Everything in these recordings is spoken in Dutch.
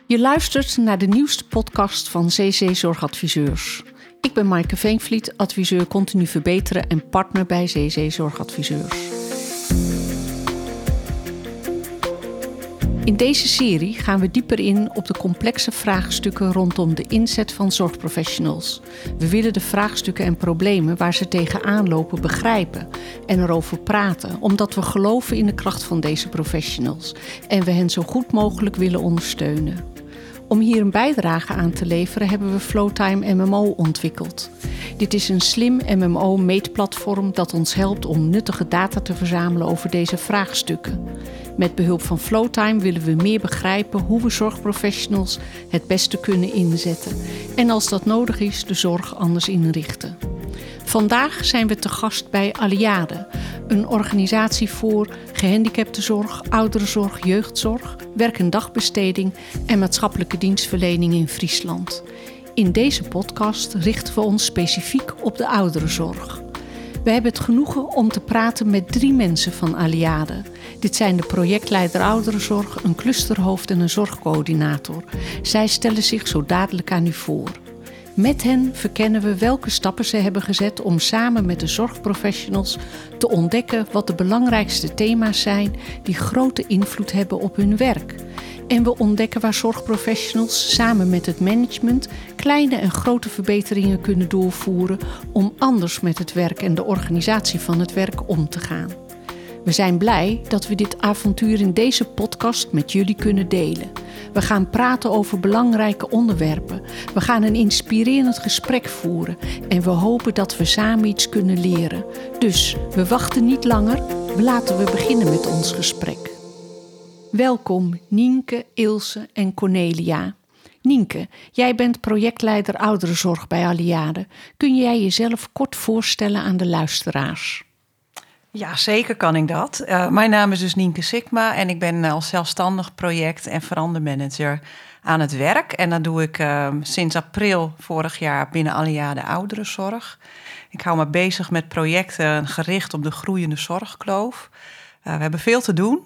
Je luistert naar de nieuwste podcast van CC Zorgadviseurs. Ik ben Maaike Veenvliet, adviseur continu verbeteren en partner bij CC Zorgadviseurs. In deze serie gaan we dieper in op de complexe vraagstukken rondom de inzet van zorgprofessionals. We willen de vraagstukken en problemen waar ze tegenaan lopen begrijpen en erover praten, omdat we geloven in de kracht van deze professionals en we hen zo goed mogelijk willen ondersteunen. Om hier een bijdrage aan te leveren hebben we Flowtime MMO ontwikkeld. Dit is een slim MMO-meetplatform dat ons helpt om nuttige data te verzamelen over deze vraagstukken. Met behulp van Flowtime willen we meer begrijpen hoe we zorgprofessionals het beste kunnen inzetten en als dat nodig is de zorg anders inrichten. Vandaag zijn we te gast bij Aliade, een organisatie voor gehandicaptenzorg, ouderenzorg, jeugdzorg, werk- en dagbesteding en maatschappelijke dienstverlening in Friesland. In deze podcast richten we ons specifiek op de ouderenzorg. We hebben het genoegen om te praten met 3 mensen van Aliade. Dit zijn de projectleider ouderenzorg, een clusterhoofd en een zorgcoördinator. Zij stellen zich zo dadelijk aan u voor. Met hen verkennen we welke stappen ze hebben gezet om samen met de zorgprofessionals te ontdekken wat de belangrijkste thema's zijn die grote invloed hebben op hun werk. En we ontdekken waar zorgprofessionals samen met het management kleine en grote verbeteringen kunnen doorvoeren om anders met het werk en de organisatie van het werk om te gaan. We zijn blij dat we dit avontuur in deze podcast met jullie kunnen delen. We gaan praten over belangrijke onderwerpen. We gaan een inspirerend gesprek voeren en we hopen dat we samen iets kunnen leren. Dus we wachten niet langer. Laten we beginnen met ons gesprek. Welkom Nienke, Ilse en Cornelia. Nienke, jij bent projectleider ouderenzorg bij Aliade. Kun jij jezelf kort voorstellen aan de luisteraars? Ja, zeker kan ik dat. Mijn naam is dus Nienke Sikma en ik ben als zelfstandig project- en verandermanager aan het werk. En dat doe ik sinds april vorig jaar binnen Aliade Ouderenzorg. Ik hou me bezig met projecten gericht op de groeiende zorgkloof. We hebben veel te doen.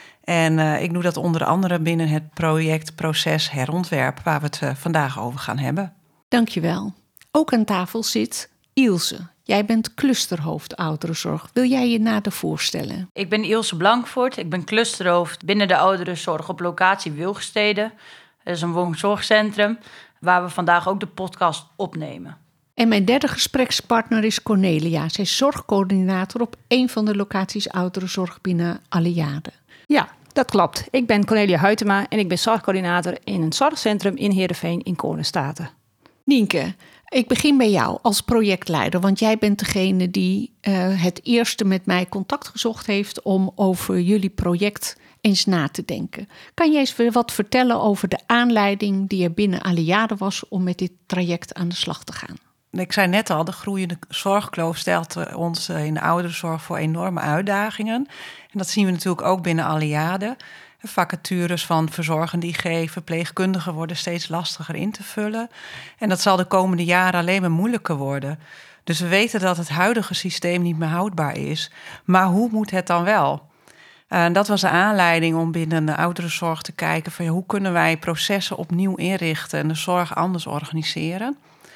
En ik doe dat onder andere binnen het project Proces Herontwerp, waar we het vandaag over gaan hebben. Dankjewel. Ook aan tafel zit Ilse. Jij bent clusterhoofd ouderenzorg. Wil jij je nader voorstellen? Ik ben Ilse Blankvoort. Ik ben clusterhoofd binnen de ouderenzorg op locatie Wilgestede. Dat is een woonzorgcentrum waar we vandaag ook de podcast opnemen. En mijn derde gesprekspartner is Cornelia. Zij is zorgcoördinator op een van de locaties ouderenzorg binnen Aliade. Ja, dat klopt. Ik ben Cornelia Huytema en ik ben zorgcoördinator in een zorgcentrum in Heerenveen in Kolenstaten. Nienke, ik begin bij jou als projectleider, want jij bent degene die het eerste met mij contact gezocht heeft om over jullie project eens na te denken. Kan jij eens wat vertellen over de aanleiding die er binnen Aliade was om met dit traject aan de slag te gaan? Ik zei net al, de groeiende zorgkloof stelt ons in de ouderenzorg voor enorme uitdagingen. En dat zien we natuurlijk ook binnen Aliade. Vacatures van verzorgende IG, verpleegkundigen worden steeds lastiger in te vullen. En dat zal de komende jaren alleen maar moeilijker worden. Dus we weten dat het huidige systeem niet meer houdbaar is. Maar hoe moet het dan wel? Dat was de aanleiding om binnen de ouderenzorg te kijken van hoe kunnen wij processen opnieuw inrichten en de zorg anders organiseren.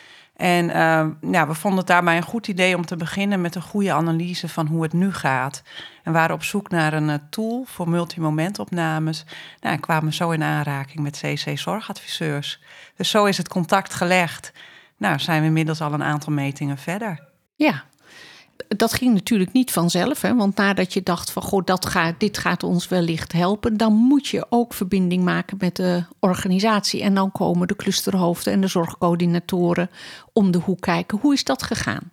En we vonden het daarbij een goed idee om te beginnen met een goede analyse van hoe het nu gaat. En waren op zoek naar een tool voor multimomentopnames. En kwamen zo in aanraking met CC Zorgadviseurs. Dus zo is het contact gelegd. Zijn we inmiddels al een aantal metingen verder. Ja, dat ging natuurlijk niet vanzelf. Hè? Want nadat je dacht van dit gaat ons wellicht helpen, dan moet je ook verbinding maken met de organisatie. En dan komen de clusterhoofden en de zorgcoördinatoren om de hoek kijken. Hoe is dat gegaan?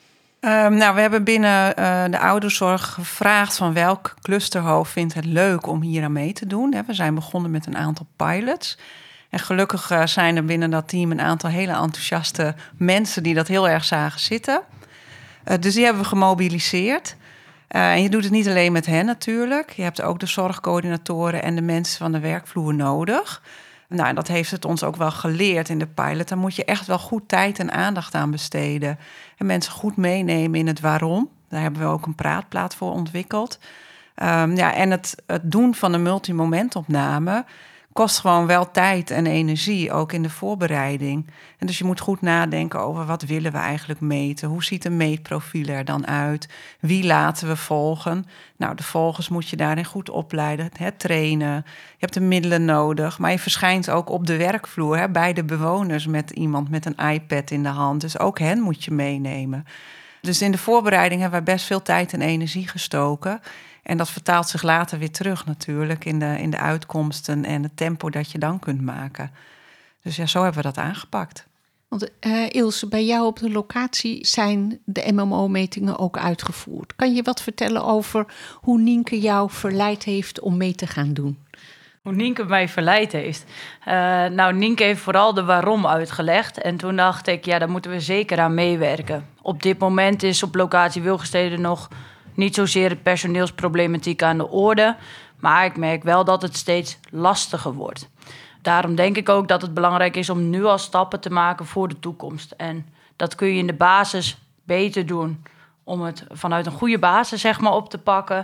We hebben binnen de ouderenzorg gevraagd van welk clusterhoofd vindt het leuk om hier aan mee te doen. We zijn begonnen met een aantal pilots. En gelukkig zijn er binnen dat team een aantal hele enthousiaste mensen die dat heel erg zagen zitten. Dus die hebben we gemobiliseerd. En je doet het niet alleen met hen natuurlijk. Je hebt ook de zorgcoördinatoren en de mensen van de werkvloer nodig. En dat heeft het ons ook wel geleerd in de pilot. Daar moet je echt wel goed tijd en aandacht aan besteden. En mensen goed meenemen in het waarom. Daar hebben we ook een praatplaat voor ontwikkeld. En het doen van een multimomentopname kost gewoon wel tijd en energie, ook in de voorbereiding. En dus je moet goed nadenken over wat willen we eigenlijk meten? Hoe ziet een meetprofiel er dan uit? Wie laten we volgen? Nou, de volgers moet je daarin goed opleiden, trainen. Je hebt de middelen nodig, maar je verschijnt ook op de werkvloer, bij de bewoners met iemand met een iPad in de hand. Dus ook hen moet je meenemen. Dus in de voorbereiding hebben we best veel tijd en energie gestoken. En dat vertaalt zich later weer terug natuurlijk in de uitkomsten en het tempo dat je dan kunt maken. Dus ja, zo hebben we dat aangepakt. Want Ilse, bij jou op de locatie zijn de MMO-metingen ook uitgevoerd. Kan je wat vertellen over hoe Nienke jou verleid heeft om mee te gaan doen? Hoe Nienke mij verleid heeft? Nienke heeft vooral de waarom uitgelegd. En toen dacht ik, ja, daar moeten we zeker aan meewerken. Op dit moment is op locatie Wilgenstede nog niet zozeer het personeelsproblematiek aan de orde. Maar ik merk wel dat het steeds lastiger wordt. Daarom denk ik ook dat het belangrijk is om nu al stappen te maken voor de toekomst. En dat kun je in de basis beter doen om het vanuit een goede basis op te pakken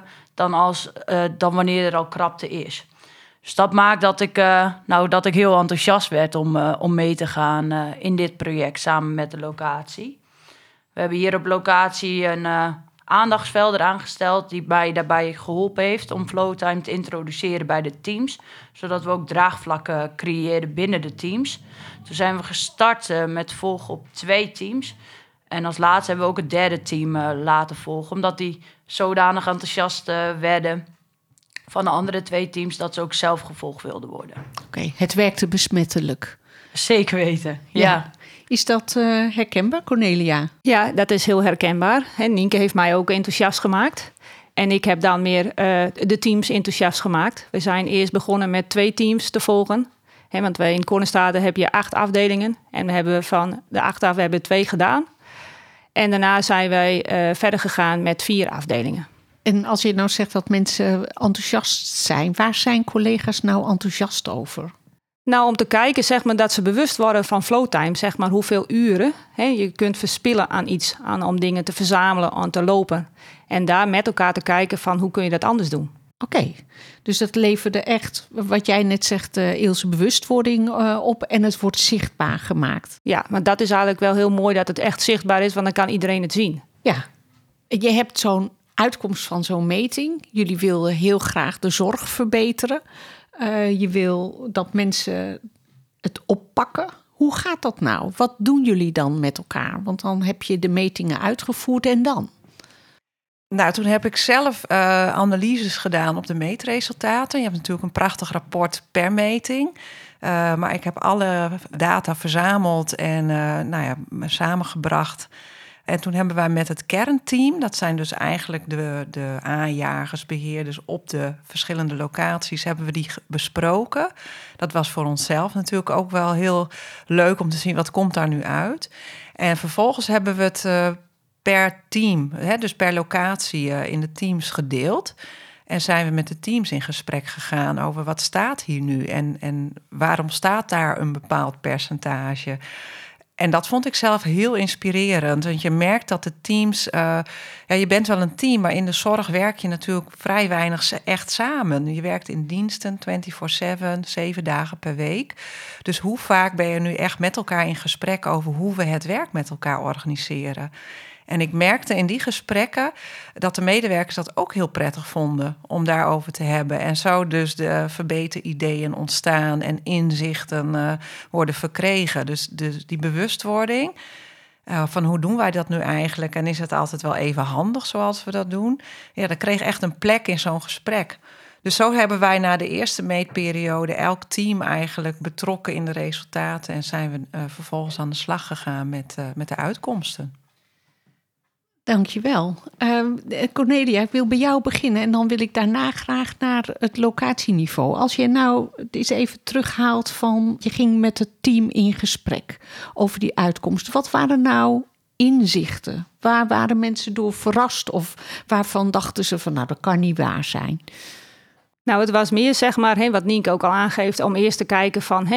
dan wanneer er al krapte is. Dus dat maakt dat ik heel enthousiast werd om mee te gaan in dit project samen met de locatie. We hebben hier op locatie een aandachtsvelder aangesteld die mij daarbij geholpen heeft om Flowtime te introduceren bij de teams, zodat we ook draagvlakken creëren binnen de teams. Toen zijn we gestart met volgen op 2 teams. En als laatste hebben we ook het derde team laten volgen, omdat die zodanig enthousiast werden van de andere 2 teams dat ze ook zelf gevolgd wilden worden. Oké, het werkte besmettelijk. Zeker weten, ja. Is dat herkenbaar, Cornelia? Ja, dat is heel herkenbaar. En Nienke heeft mij ook enthousiast gemaakt. En ik heb dan meer de teams enthousiast gemaakt. We zijn eerst begonnen met 2 teams te volgen. Want in Korenstade heb je 8 afdelingen. En we hebben van de 8 we hebben 2 gedaan. En daarna zijn wij verder gegaan met 4 afdelingen. En als je nou zegt dat mensen enthousiast zijn, waar zijn collega's nou enthousiast over? Nou, om te kijken dat ze bewust worden van Flowtime, hoeveel uren je kunt verspillen aan iets, om dingen te verzamelen, aan te lopen. En daar met elkaar te kijken van hoe kun je dat anders doen. Oké, dus dat leverde echt, wat jij net zegt, Ilse, bewustwording op en het wordt zichtbaar gemaakt. Ja, maar dat is eigenlijk wel heel mooi dat het echt zichtbaar is, want dan kan iedereen het zien. Ja, je hebt zo'n uitkomst van zo'n meting. Jullie wilden heel graag de zorg verbeteren. Je wil dat mensen het oppakken. Hoe gaat dat nou? Wat doen jullie dan met elkaar? Want dan heb je de metingen uitgevoerd en dan? Nou, toen heb ik zelf analyses gedaan op de meetresultaten. Je hebt natuurlijk een prachtig rapport per meting. Maar ik heb alle data verzameld en samengebracht. En toen hebben wij met het kernteam, dat zijn dus eigenlijk de aanjagers, beheerders op de verschillende locaties, hebben we die besproken. Dat was voor onszelf natuurlijk ook wel heel leuk om te zien wat komt daar nu uit. En vervolgens hebben we het per team, dus per locatie in de teams gedeeld. En zijn we met de teams in gesprek gegaan over wat staat hier nu en waarom staat daar een bepaald percentage. En dat vond ik zelf heel inspirerend. Want je merkt dat de teams... je bent wel een team, maar in de zorg werk je natuurlijk vrij weinig echt samen. Je werkt in diensten 24/7, 7 dagen per week. Dus hoe vaak ben je nu echt met elkaar in gesprek over hoe we het werk met elkaar organiseren? En ik merkte in die gesprekken dat de medewerkers dat ook heel prettig vonden om daarover te hebben. En zo dus de verbeterideeën ontstaan en inzichten worden verkregen. Dus die bewustwording van hoe doen wij dat nu eigenlijk? En is het altijd wel even handig zoals we dat doen? Ja, dat kreeg echt een plek in zo'n gesprek. Dus zo hebben wij na de eerste meetperiode elk team eigenlijk betrokken in de resultaten. En zijn we vervolgens aan de slag gegaan met de uitkomsten. Dankjewel. Cornelia, ik wil bij jou beginnen en dan wil ik daarna graag naar het locatieniveau. Als je nou eens even terughaalt van, je ging met het team in gesprek over die uitkomst. Wat waren nou inzichten? Waar waren mensen door verrast of waarvan dachten ze van, nou, dat kan niet waar zijn? Nou, het was meer, zeg maar, wat Nienke ook al aangeeft, om eerst te kijken van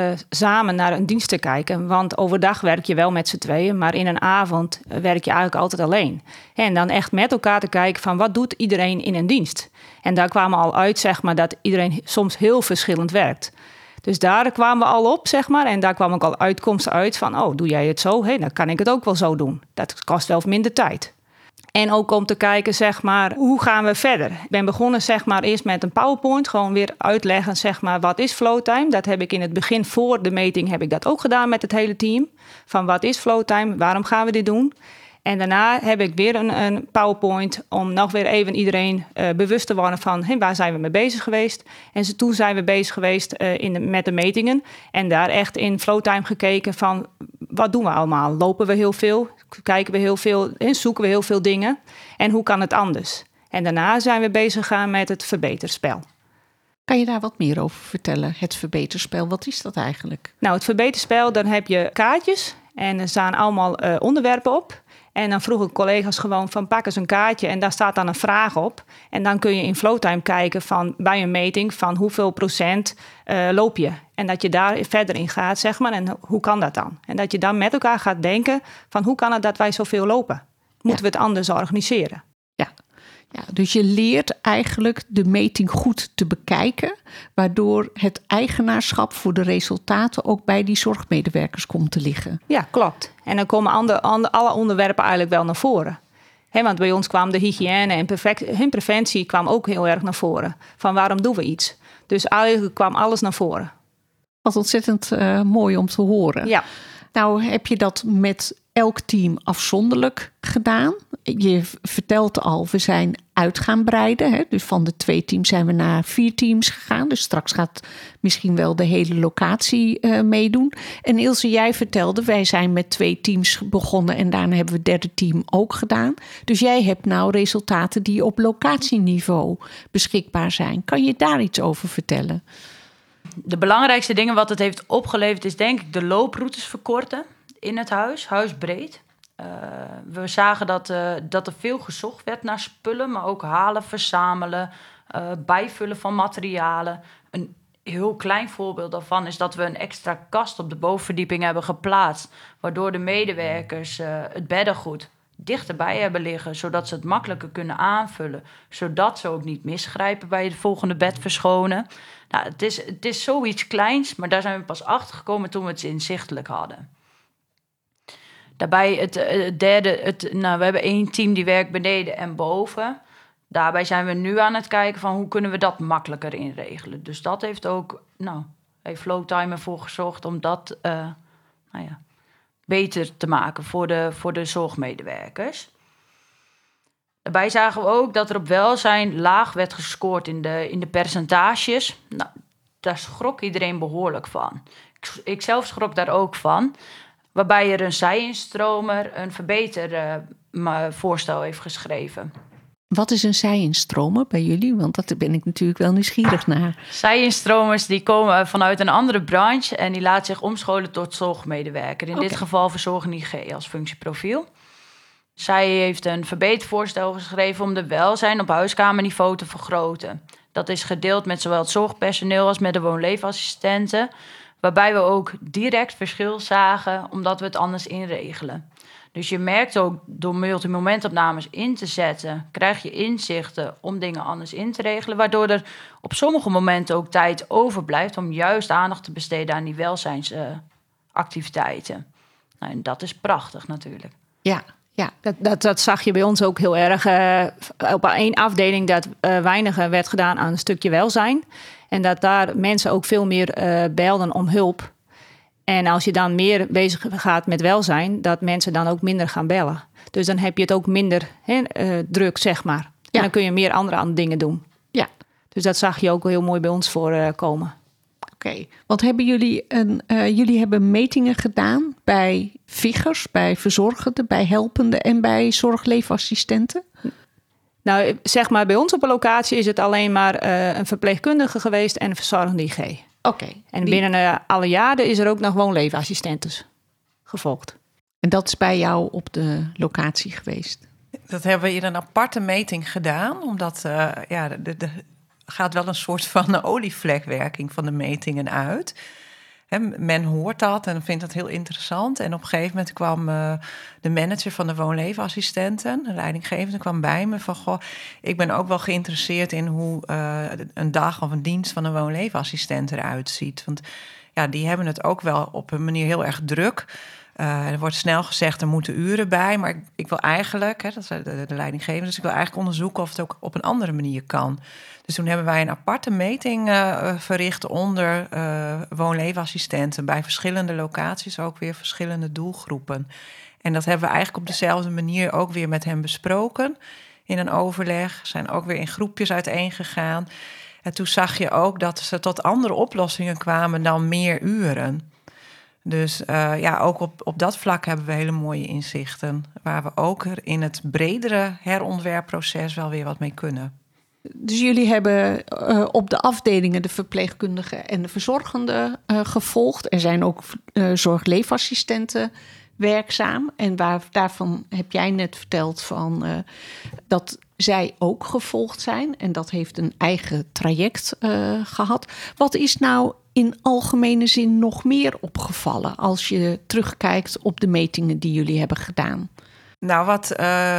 samen naar een dienst te kijken. Want overdag werk je wel met z'n tweeën, maar in een avond werk je eigenlijk altijd alleen. En dan echt met elkaar te kijken van wat doet iedereen in een dienst. En daar kwamen al uit, zeg maar, dat iedereen soms heel verschillend werkt. Dus daar kwamen we al op, zeg maar. En daar kwam ook al uitkomsten uit van, doe jij het zo? Dan kan ik het ook wel zo doen. Dat kost wel minder tijd. En ook om te kijken, zeg maar, hoe gaan we verder? Ik ben begonnen, zeg maar, eerst met een PowerPoint. Gewoon weer uitleggen, zeg maar, wat is Flowtime? Dat heb ik in het begin, voor de meeting, heb ik dat ook gedaan met het hele team. Van wat is Flowtime? Waarom gaan we dit doen? En daarna heb ik weer een PowerPoint om nog weer even iedereen bewust te worden van waar zijn we mee bezig geweest. En toen zijn we bezig geweest met de metingen. En daar echt in Flowtime gekeken van wat doen we allemaal? Lopen we heel veel? Kijken we heel veel? En zoeken we heel veel dingen? En hoe kan het anders? En daarna zijn we bezig gegaan met het verbeterspel. Kan je daar wat meer over vertellen? Het verbeterspel, wat is dat eigenlijk? Nou, het verbeterspel, dan heb je kaartjes en er staan allemaal onderwerpen op. En dan vroegen collega's gewoon van pak eens een kaartje en daar staat dan een vraag op. En dan kun je in Flowtime kijken van bij een meting van hoeveel procent loop je. En dat je daar verder in gaat, zeg maar. En hoe kan dat dan? En dat je dan met elkaar gaat denken van hoe kan het dat wij zoveel lopen? Moeten we het anders organiseren? Ja, dus je leert eigenlijk de meting goed te bekijken, waardoor het eigenaarschap voor de resultaten ook bij die zorgmedewerkers komt te liggen. Ja, klopt. En dan komen alle onderwerpen eigenlijk wel naar voren. Want bij ons kwam de hygiëne en preventie kwam ook heel erg naar voren. Van waarom doen we iets? Dus eigenlijk kwam alles naar voren. Wat ontzettend mooi om te horen. Ja. Nou heb je dat met elk team afzonderlijk gedaan. Je vertelt al, we zijn uit gaan breiden. Hè? Dus van de 2 teams zijn we naar 4 teams gegaan. Dus straks gaat misschien wel de hele locatie meedoen. En Ilse, jij vertelde, wij zijn met 2 teams begonnen en daarna hebben we het 3e team ook gedaan. Dus jij hebt nou resultaten die op locatieniveau beschikbaar zijn. Kan je daar iets over vertellen? De belangrijkste dingen wat het heeft opgeleverd is denk ik de looproutes verkorten in het huis, huisbreed. We zagen dat er veel gezocht werd naar spullen, maar ook halen, verzamelen, bijvullen van materialen. Een heel klein voorbeeld daarvan is dat we een extra kast op de bovenverdieping hebben geplaatst, waardoor de medewerkers het beddengoed dichterbij hebben liggen, zodat ze het makkelijker kunnen aanvullen, zodat ze ook niet misgrijpen bij het volgende bed verschonen. Nou, het is zoiets kleins, maar daar zijn we pas achter gekomen toen we het inzichtelijk hadden. Daarbij het derde, we hebben 1 team die werkt beneden en boven. Daarbij zijn we nu aan het kijken van hoe kunnen we dat makkelijker inregelen. Dus dat heeft ook, heeft Flowtime ervoor gezorgd om dat beter te maken voor de zorgmedewerkers. Daarbij zagen we ook dat er op welzijn laag werd gescoord in de percentages. Nou, daar schrok iedereen behoorlijk van. Ik zelf schrok daar ook van. Waarbij er een zij-instromer een voorstel heeft geschreven. Wat is een zij-instromer bij jullie? Want daar ben ik natuurlijk wel nieuwsgierig naar. Zij-instromers die komen vanuit een andere branche en die laten zich omscholen tot zorgmedewerker. In dit geval verzorgende IG als functieprofiel. Zij heeft een verbetervoorstel geschreven om de welzijn op huiskamerniveau te vergroten. Dat is gedeeld met zowel het zorgpersoneel als met de woonleefassistenten. Waarbij we ook direct verschil zagen, omdat we het anders inregelen. Dus je merkt ook door multimomentopnames in te zetten, krijg je inzichten om dingen anders in te regelen. Waardoor er op sommige momenten ook tijd overblijft om juist aandacht te besteden aan die welzijnsactiviteiten. Nou, en dat is prachtig natuurlijk. Ja. Dat zag je bij ons ook heel erg. Op 1 afdeling dat weinig werd gedaan aan een stukje welzijn. En dat daar mensen ook veel meer belden om hulp. En als je dan meer bezig gaat met welzijn, dat mensen dan ook minder gaan bellen. Dus dan heb je het ook minder druk, zeg maar. Ja. En dan kun je meer andere dingen doen. Ja. Dus dat zag je ook heel mooi bij ons voorkomen. Oké, want hebben jullie hebben metingen gedaan bij VIG'ers, bij verzorgenden, bij helpenden en bij zorgleefassistenten? Nou, zeg maar, bij ons op een locatie is het alleen maar een verpleegkundige geweest en een verzorgende IG. Oké. En binnen alle jaren is er ook nog woonleefassistentes gevolgd. En dat is bij jou op de locatie geweest? Dat hebben we in een aparte meting gedaan, omdat de gaat wel een soort van olievlekwerking van de metingen uit. Men hoort dat en vindt dat heel interessant. En op een gegeven moment kwam de manager van de woonleefassistenten, de leidinggevende, kwam bij me van... Goh, ik ben ook wel geïnteresseerd in hoe een dag of een dienst van een woonleefassistent eruit ziet. Want ja, die hebben het ook wel op een manier heel erg druk. Er wordt snel gezegd, er moeten uren bij. Maar ik wil eigenlijk, dat is de leidinggevende... dus ik wil eigenlijk onderzoeken of het ook op een andere manier kan. Dus toen hebben wij een aparte meting verricht onder woonleefassistenten... bij verschillende locaties, ook weer verschillende doelgroepen. En dat hebben we eigenlijk op dezelfde manier ook weer met hem besproken... in een overleg, zijn ook weer in groepjes uiteengegaan. En toen zag je ook dat ze tot andere oplossingen kwamen dan meer uren... Dus ook op dat vlak hebben we hele mooie inzichten... waar we ook in het bredere herontwerpproces wel weer wat mee kunnen. Dus jullie hebben op de afdelingen de verpleegkundigen en de verzorgenden gevolgd. Er zijn ook zorgleefassistenten werkzaam. En daarvan heb jij net verteld van dat zij ook gevolgd zijn. En dat heeft een eigen traject gehad. Wat is nou in algemene zin nog meer opgevallen als je terugkijkt op de metingen die jullie hebben gedaan? Nou, wat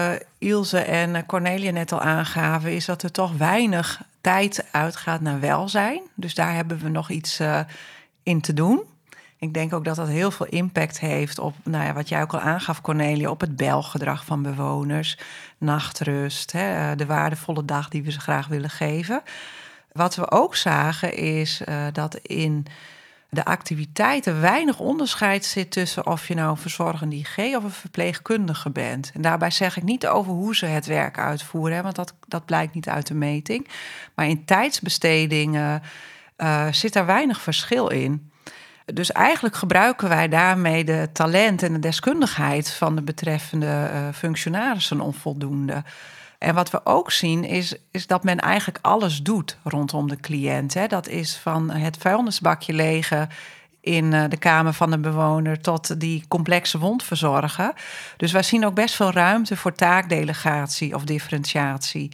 Ilse en Cornelia net al aangaven, is dat er toch weinig tijd uitgaat naar welzijn. Dus daar hebben we nog iets in te doen. Ik denk ook dat dat heel veel impact heeft op, wat jij ook al aangaf, Cornelia, op het belgedrag van bewoners, nachtrust, de waardevolle dag die we ze graag willen geven. Wat we ook zagen is dat in de activiteiten weinig onderscheid zit tussen of je nou een verzorgende IG of een verpleegkundige bent. En daarbij zeg ik niet over hoe ze het werk uitvoeren, want dat blijkt niet uit de meting. Maar in tijdsbestedingen zit daar weinig verschil in. Dus eigenlijk gebruiken wij daarmee de talent en de deskundigheid van de betreffende functionarissen onvoldoende. En wat we ook zien is dat men eigenlijk alles doet rondom de cliënt. Hè. Dat is van het vuilnisbakje legen in de kamer van de bewoner tot die complexe wond verzorgen. Dus wij zien ook best veel ruimte voor taakdelegatie of differentiatie.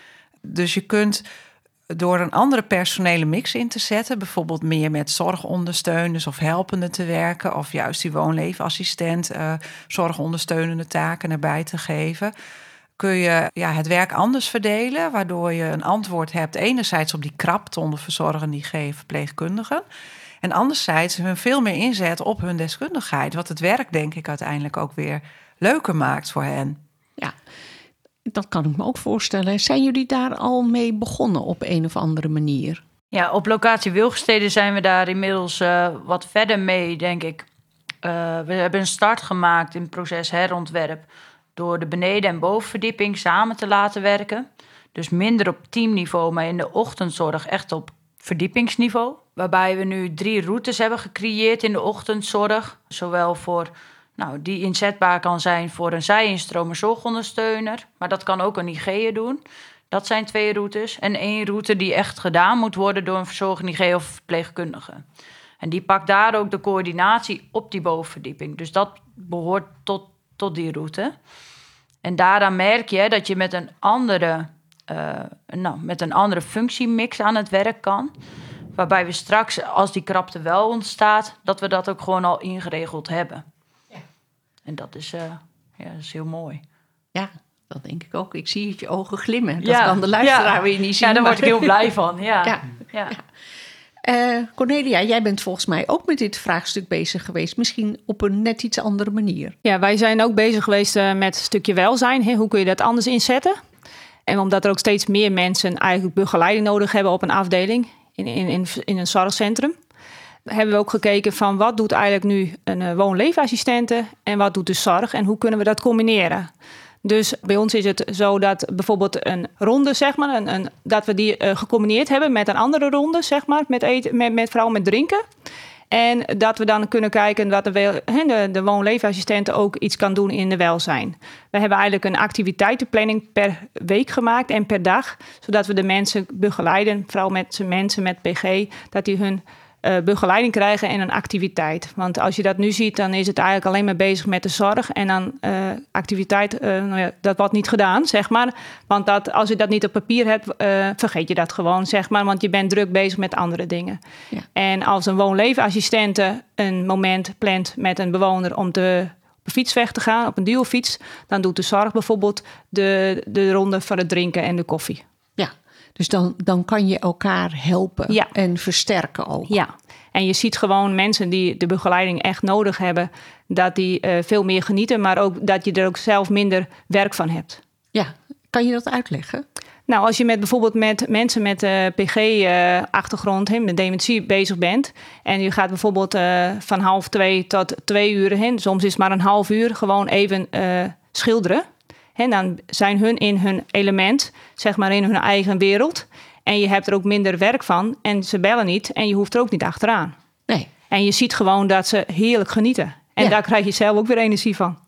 Dus je kunt door een andere personele mix in te zetten, bijvoorbeeld meer met zorgondersteuners of helpenden te werken, of juist die woonleefassistent zorgondersteunende taken erbij te geven, kun je het werk anders verdelen, waardoor je een antwoord hebt enerzijds op die krapte onder verzorgende IG verpleegkundigen en anderzijds hun veel meer inzet op hun deskundigheid, wat het werk denk ik uiteindelijk ook weer leuker maakt voor hen. Ja, dat kan ik me ook voorstellen. Zijn jullie daar al mee begonnen op een of andere manier? Ja, op locatie Wilgenstede zijn we daar inmiddels wat verder mee, denk ik. We hebben een start gemaakt in het proces herontwerp door de beneden- en bovenverdieping samen te laten werken. Dus minder op teamniveau, maar in de ochtendzorg echt op verdiepingsniveau. Waarbij we nu 3 routes hebben gecreëerd in de ochtendzorg. Zowel voor, die inzetbaar kan zijn voor een zij-instromer zorgondersteuner. Maar dat kan ook een IG'er doen. Dat zijn 2 routes. En 1 route die echt gedaan moet worden door een verzorgende IG of verpleegkundige. En die pakt daar ook de coördinatie op die bovenverdieping. Dus dat behoort tot die route. En daaraan merk je dat je met een andere functiemix aan het werk kan. Waarbij we straks, als die krapte wel ontstaat, dat we dat ook gewoon al ingeregeld hebben. Ja. En dat is heel mooi. Ja, dat denk ik ook. Ik zie het je ogen glimmen. Dat kan de luisteraar weer niet zien. Ja, daar word ik heel blij van. Ja. Cornelia, jij bent volgens mij ook met dit vraagstuk bezig geweest. Misschien op een net iets andere manier. Ja, wij zijn ook bezig geweest met een stukje welzijn. Hoe kun je dat anders inzetten? En omdat er ook steeds meer mensen eigenlijk begeleiding nodig hebben op een afdeling in een zorgcentrum, hebben we ook gekeken van wat doet eigenlijk nu een woonleefassistente en wat doet de zorg en hoe kunnen we dat combineren? Dus bij ons is het zo dat bijvoorbeeld een ronde, zeg maar, dat we die gecombineerd hebben met een andere ronde, zeg maar, met eten, met vooral met drinken. En dat we dan kunnen kijken dat de woonleefassistenten ook iets kan doen in de welzijn. We hebben eigenlijk een activiteitenplanning per week gemaakt en per dag, zodat we de mensen begeleiden, vooral met mensen met PG, dat die hun begeleiding krijgen en een activiteit. Want als je dat nu ziet, dan is het eigenlijk alleen maar bezig met de zorg. En dan activiteit, dat wordt niet gedaan, zeg maar. Want als je dat niet op papier hebt, vergeet je dat gewoon, zeg maar. Want je bent druk bezig met andere dingen. Ja. En als een woonlevenassistente een moment plant met een bewoner om op een fiets weg te gaan, op een duofiets, dan doet de zorg bijvoorbeeld de ronde van het drinken en de koffie. Ja, dus dan kan je elkaar helpen en versterken ook. Ja, en je ziet gewoon mensen die de begeleiding echt nodig hebben, dat die veel meer genieten, maar ook dat je er ook zelf minder werk van hebt. Ja, kan je dat uitleggen? Nou, als je bijvoorbeeld met mensen met PG-achtergrond, met dementie bezig bent, en je gaat bijvoorbeeld van 1:30 tot 2 uur, soms is het maar een half uur, gewoon even schilderen. En dan zijn hun in hun element, zeg maar in hun eigen wereld. En je hebt er ook minder werk van. En ze bellen niet en je hoeft er ook niet achteraan. Nee. En je ziet gewoon dat ze heerlijk genieten. En daar krijg je zelf ook weer energie van.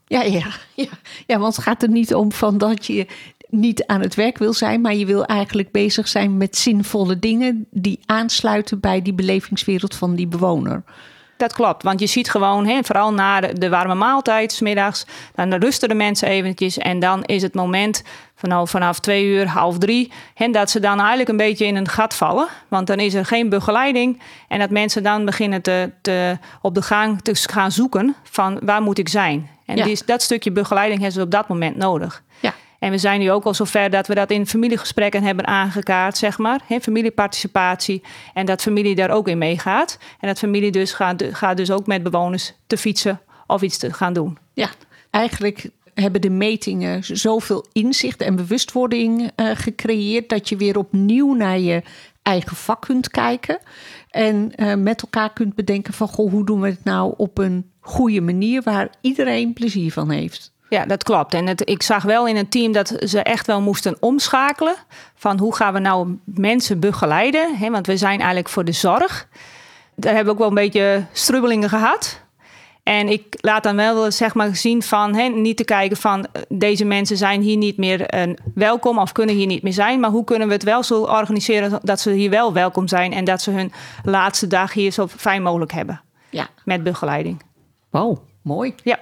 Ja, want het gaat er niet om van dat je niet aan het werk wil zijn, maar je wil eigenlijk bezig zijn met zinvolle dingen die aansluiten bij die belevingswereld van die bewoner. Dat klopt, want je ziet gewoon, vooral na de warme maaltijd 's middags, dan rusten de mensen eventjes en dan is het moment vanaf 2 uur, 2:30, dat ze dan eigenlijk een beetje in een gat vallen. Want dan is er geen begeleiding en dat mensen dan beginnen op de gang te gaan zoeken van waar moet ik zijn. En dat stukje begeleiding hebben ze op dat moment nodig. Ja. En we zijn nu ook al zover dat we dat in familiegesprekken hebben aangekaart, zeg maar. Familieparticipatie. En dat familie daar ook in meegaat. En dat familie dus gaat dus ook met bewoners te fietsen of iets te gaan doen. Ja, eigenlijk hebben de metingen zoveel inzicht en bewustwording gecreëerd dat je weer opnieuw naar je eigen vak kunt kijken. En met elkaar kunt bedenken van, hoe doen we het nou op een goede manier waar iedereen plezier van heeft. Ja, dat klopt. En ik zag wel in het team dat ze echt wel moesten omschakelen van hoe gaan we nou mensen begeleiden. Want we zijn eigenlijk voor de zorg. Daar hebben we ook wel een beetje strubbelingen gehad. En ik laat dan wel zeg maar zien van niet te kijken van deze mensen zijn hier niet meer welkom of kunnen hier niet meer zijn. Maar hoe kunnen we het wel zo organiseren dat ze hier wel welkom zijn en dat ze hun laatste dag hier zo fijn mogelijk hebben. Ja. Met begeleiding. Wow, mooi. Ja.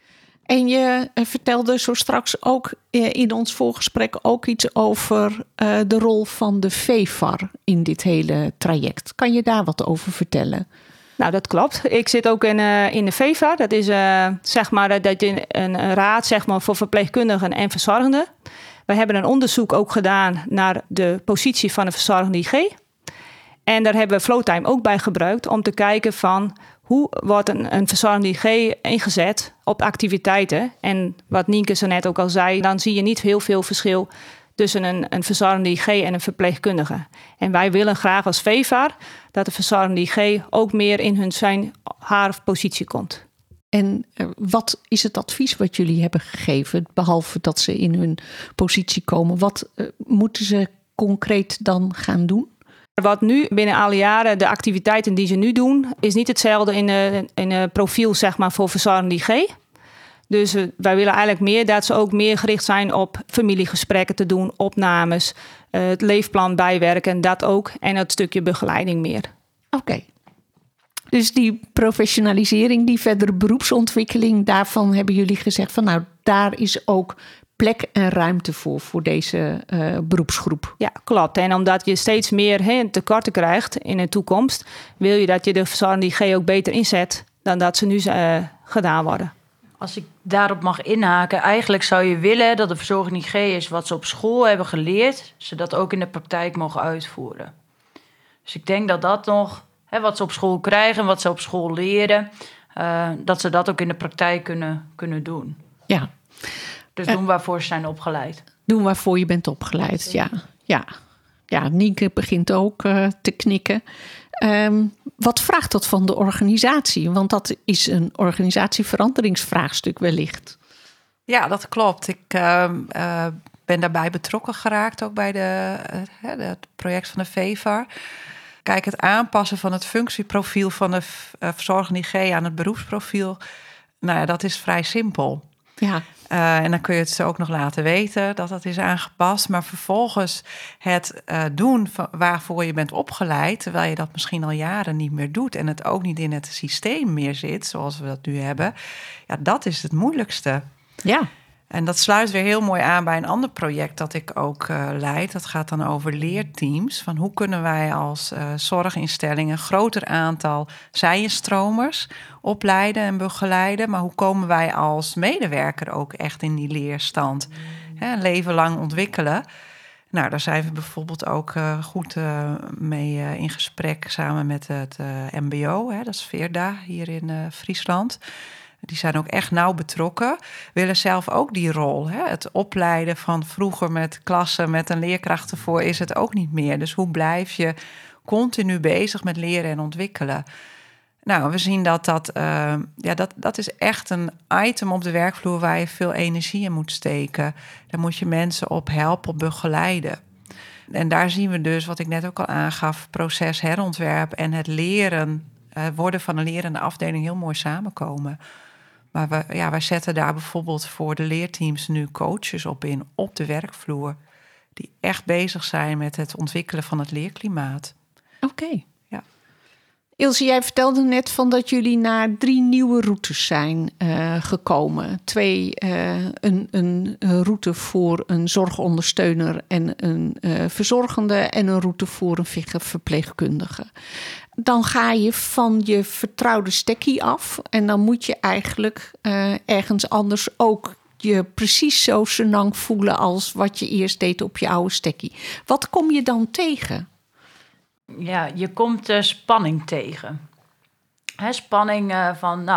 En je vertelde zo straks ook in ons voorgesprek ook iets over de rol van de VEVAR in dit hele traject. Kan je daar wat over vertellen? Nou, dat klopt. Ik zit ook in de VEVAR. Dat is zeg maar dat je een raad zeg maar, voor verpleegkundigen en verzorgenden. We hebben een onderzoek ook gedaan naar de positie van de verzorgende IG. En daar hebben we Flowtime ook bij gebruikt om te kijken van hoe wordt een verzorgende IG ingezet op activiteiten. En wat Nienke zo net ook al zei, dan zie je niet heel veel verschil tussen een verzorgende IG en een verpleegkundige. En wij willen graag als VEVAR dat de verzorgende IG ook meer in haar positie komt. En wat is het advies wat jullie hebben gegeven, behalve dat ze in hun positie komen? Wat moeten ze concreet dan gaan doen? Wat nu binnen alle jaren, de activiteiten die ze nu doen, is niet hetzelfde in een profiel zeg maar, voor verzorgende IG. Dus wij willen eigenlijk meer dat ze ook meer gericht zijn op familiegesprekken te doen, opnames, het leefplan bijwerken, dat ook. En het stukje begeleiding meer. Oké. Dus die professionalisering, die verdere beroepsontwikkeling, daarvan hebben jullie gezegd van nou, daar is ook plek en ruimte voor deze beroepsgroep. Ja, klopt. En omdat je steeds meer tekorten krijgt in de toekomst, wil je dat je de verzorgende IG ook beter inzet dan dat ze nu gedaan worden. Als ik daarop mag inhaken, eigenlijk zou je willen dat de verzorgende IG is wat ze op school hebben geleerd, ze dat ook in de praktijk mogen uitvoeren. Dus ik denk dat nog, wat ze op school krijgen, wat ze op school leren, dat ze dat ook in de praktijk kunnen doen. Ja. Dus doen waarvoor ze zijn opgeleid. Doen waarvoor je bent opgeleid, ja. Ja, Nienke begint ook te knikken. Wat vraagt dat van de organisatie? Want dat is een organisatieveranderingsvraagstuk wellicht. Ja, dat klopt. Ik ben daarbij betrokken geraakt, ook bij het project van de VEVAR. Kijk, het aanpassen van het functieprofiel van de verzorgende IG aan het beroepsprofiel, nou ja, dat is vrij simpel. Ja. En dan kun je het ze ook nog laten weten dat dat is aangepast. Maar vervolgens het doen waarvoor je bent opgeleid, terwijl je dat misschien al jaren niet meer doet en het ook niet in het systeem meer zit, zoals we dat nu hebben, ja, dat is het moeilijkste. Ja. En dat sluit weer heel mooi aan bij een ander project dat ik ook leid. Dat gaat dan over leerteams. Van hoe kunnen wij als zorginstelling een groter aantal zijenstromers opleiden en begeleiden. Maar hoe komen wij als medewerker ook echt in die leerstand? Een leven lang ontwikkelen. Nou, daar zijn we bijvoorbeeld ook goed mee in gesprek samen met het MBO. Dat is Veerda hier in Friesland. Die zijn ook echt nauw betrokken, willen zelf ook die rol. Het opleiden van vroeger met klassen, met een leerkracht ervoor, is het ook niet meer. Dus hoe blijf je continu bezig met leren en ontwikkelen? Nou, we zien dat is echt een item op de werkvloer waar je veel energie in moet steken. Daar moet je mensen op helpen, op begeleiden. En daar zien we dus, wat ik net ook al aangaf, proces herontwerp en het leren, worden van een lerende afdeling heel mooi samenkomen. Maar wij zetten daar bijvoorbeeld voor de leerteams nu coaches op de werkvloer, die echt bezig zijn met het ontwikkelen van het leerklimaat. Oké. Ja. Ilse, jij vertelde net van dat jullie naar 3 nieuwe routes zijn gekomen. 2, een route voor een zorgondersteuner en een verzorgende en een route voor een verpleegkundige. Dan ga je van je vertrouwde stekkie af en dan moet je eigenlijk ergens anders ook je precies zo senang voelen als wat je eerst deed op je oude stekkie. Wat kom je dan tegen? Ja, je komt spanning tegen. Spanning van,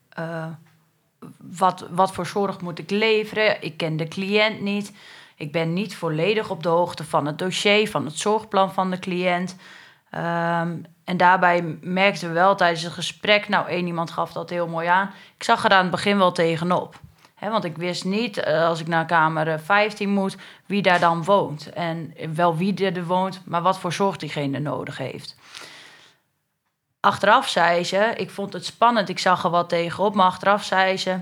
wat voor zorg moet ik leveren? Ik ken de cliënt niet. Ik ben niet volledig op de hoogte van het dossier, van het zorgplan van de cliënt. En daarbij merkten we wel tijdens het gesprek, één iemand gaf dat heel mooi aan. Ik zag er aan het begin wel tegenop. Want ik wist niet, als ik naar kamer 15 moet, wie daar dan woont. En wel wie er woont, maar wat voor zorg diegene nodig heeft. Achteraf zei ze, ik vond het spannend, ik zag er wat tegenop. Maar achteraf zei ze,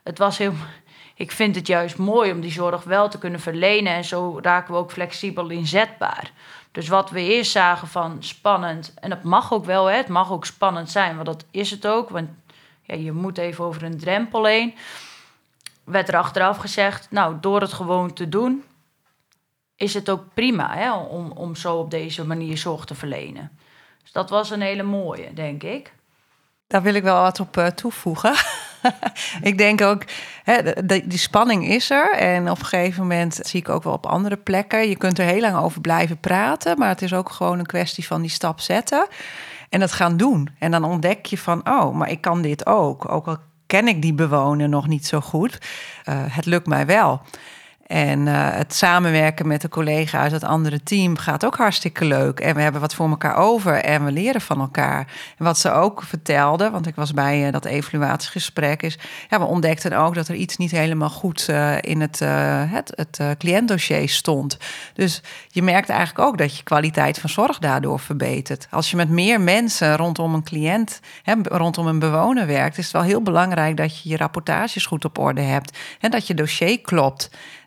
ik vind het juist mooi om die zorg wel te kunnen verlenen. En zo raken we ook flexibel inzetbaar. Dus wat we eerst zagen van spannend, en dat mag ook wel, het mag ook spannend zijn. Want dat is het ook, want je moet even over een drempel heen. Werd er achteraf gezegd, door het gewoon te doen, is het ook prima om zo op deze manier zorg te verlenen. Dus dat was een hele mooie, denk ik. Daar wil ik wel wat op toevoegen. Ik denk ook, die spanning is er. En op een gegeven moment zie ik ook wel op andere plekken. Je kunt er heel lang over blijven praten, maar het is ook gewoon een kwestie van die stap zetten en dat gaan doen. En dan ontdek je van, maar ik kan dit ook. Ook al ken ik die bewoner nog niet zo goed. Het lukt mij wel. En het samenwerken met de collega uit het andere team gaat ook hartstikke leuk. En we hebben wat voor elkaar over en we leren van elkaar. En wat ze ook vertelde, want ik was bij dat evaluatiegesprek, is we ontdekten ook dat er iets niet helemaal goed in het cliëntdossier stond. Dus je merkt eigenlijk ook dat je kwaliteit van zorg daardoor verbetert. Als je met meer mensen rondom een cliënt, rondom een bewoner werkt, is het wel heel belangrijk dat je je rapportages goed op orde hebt en dat je dossier klopt.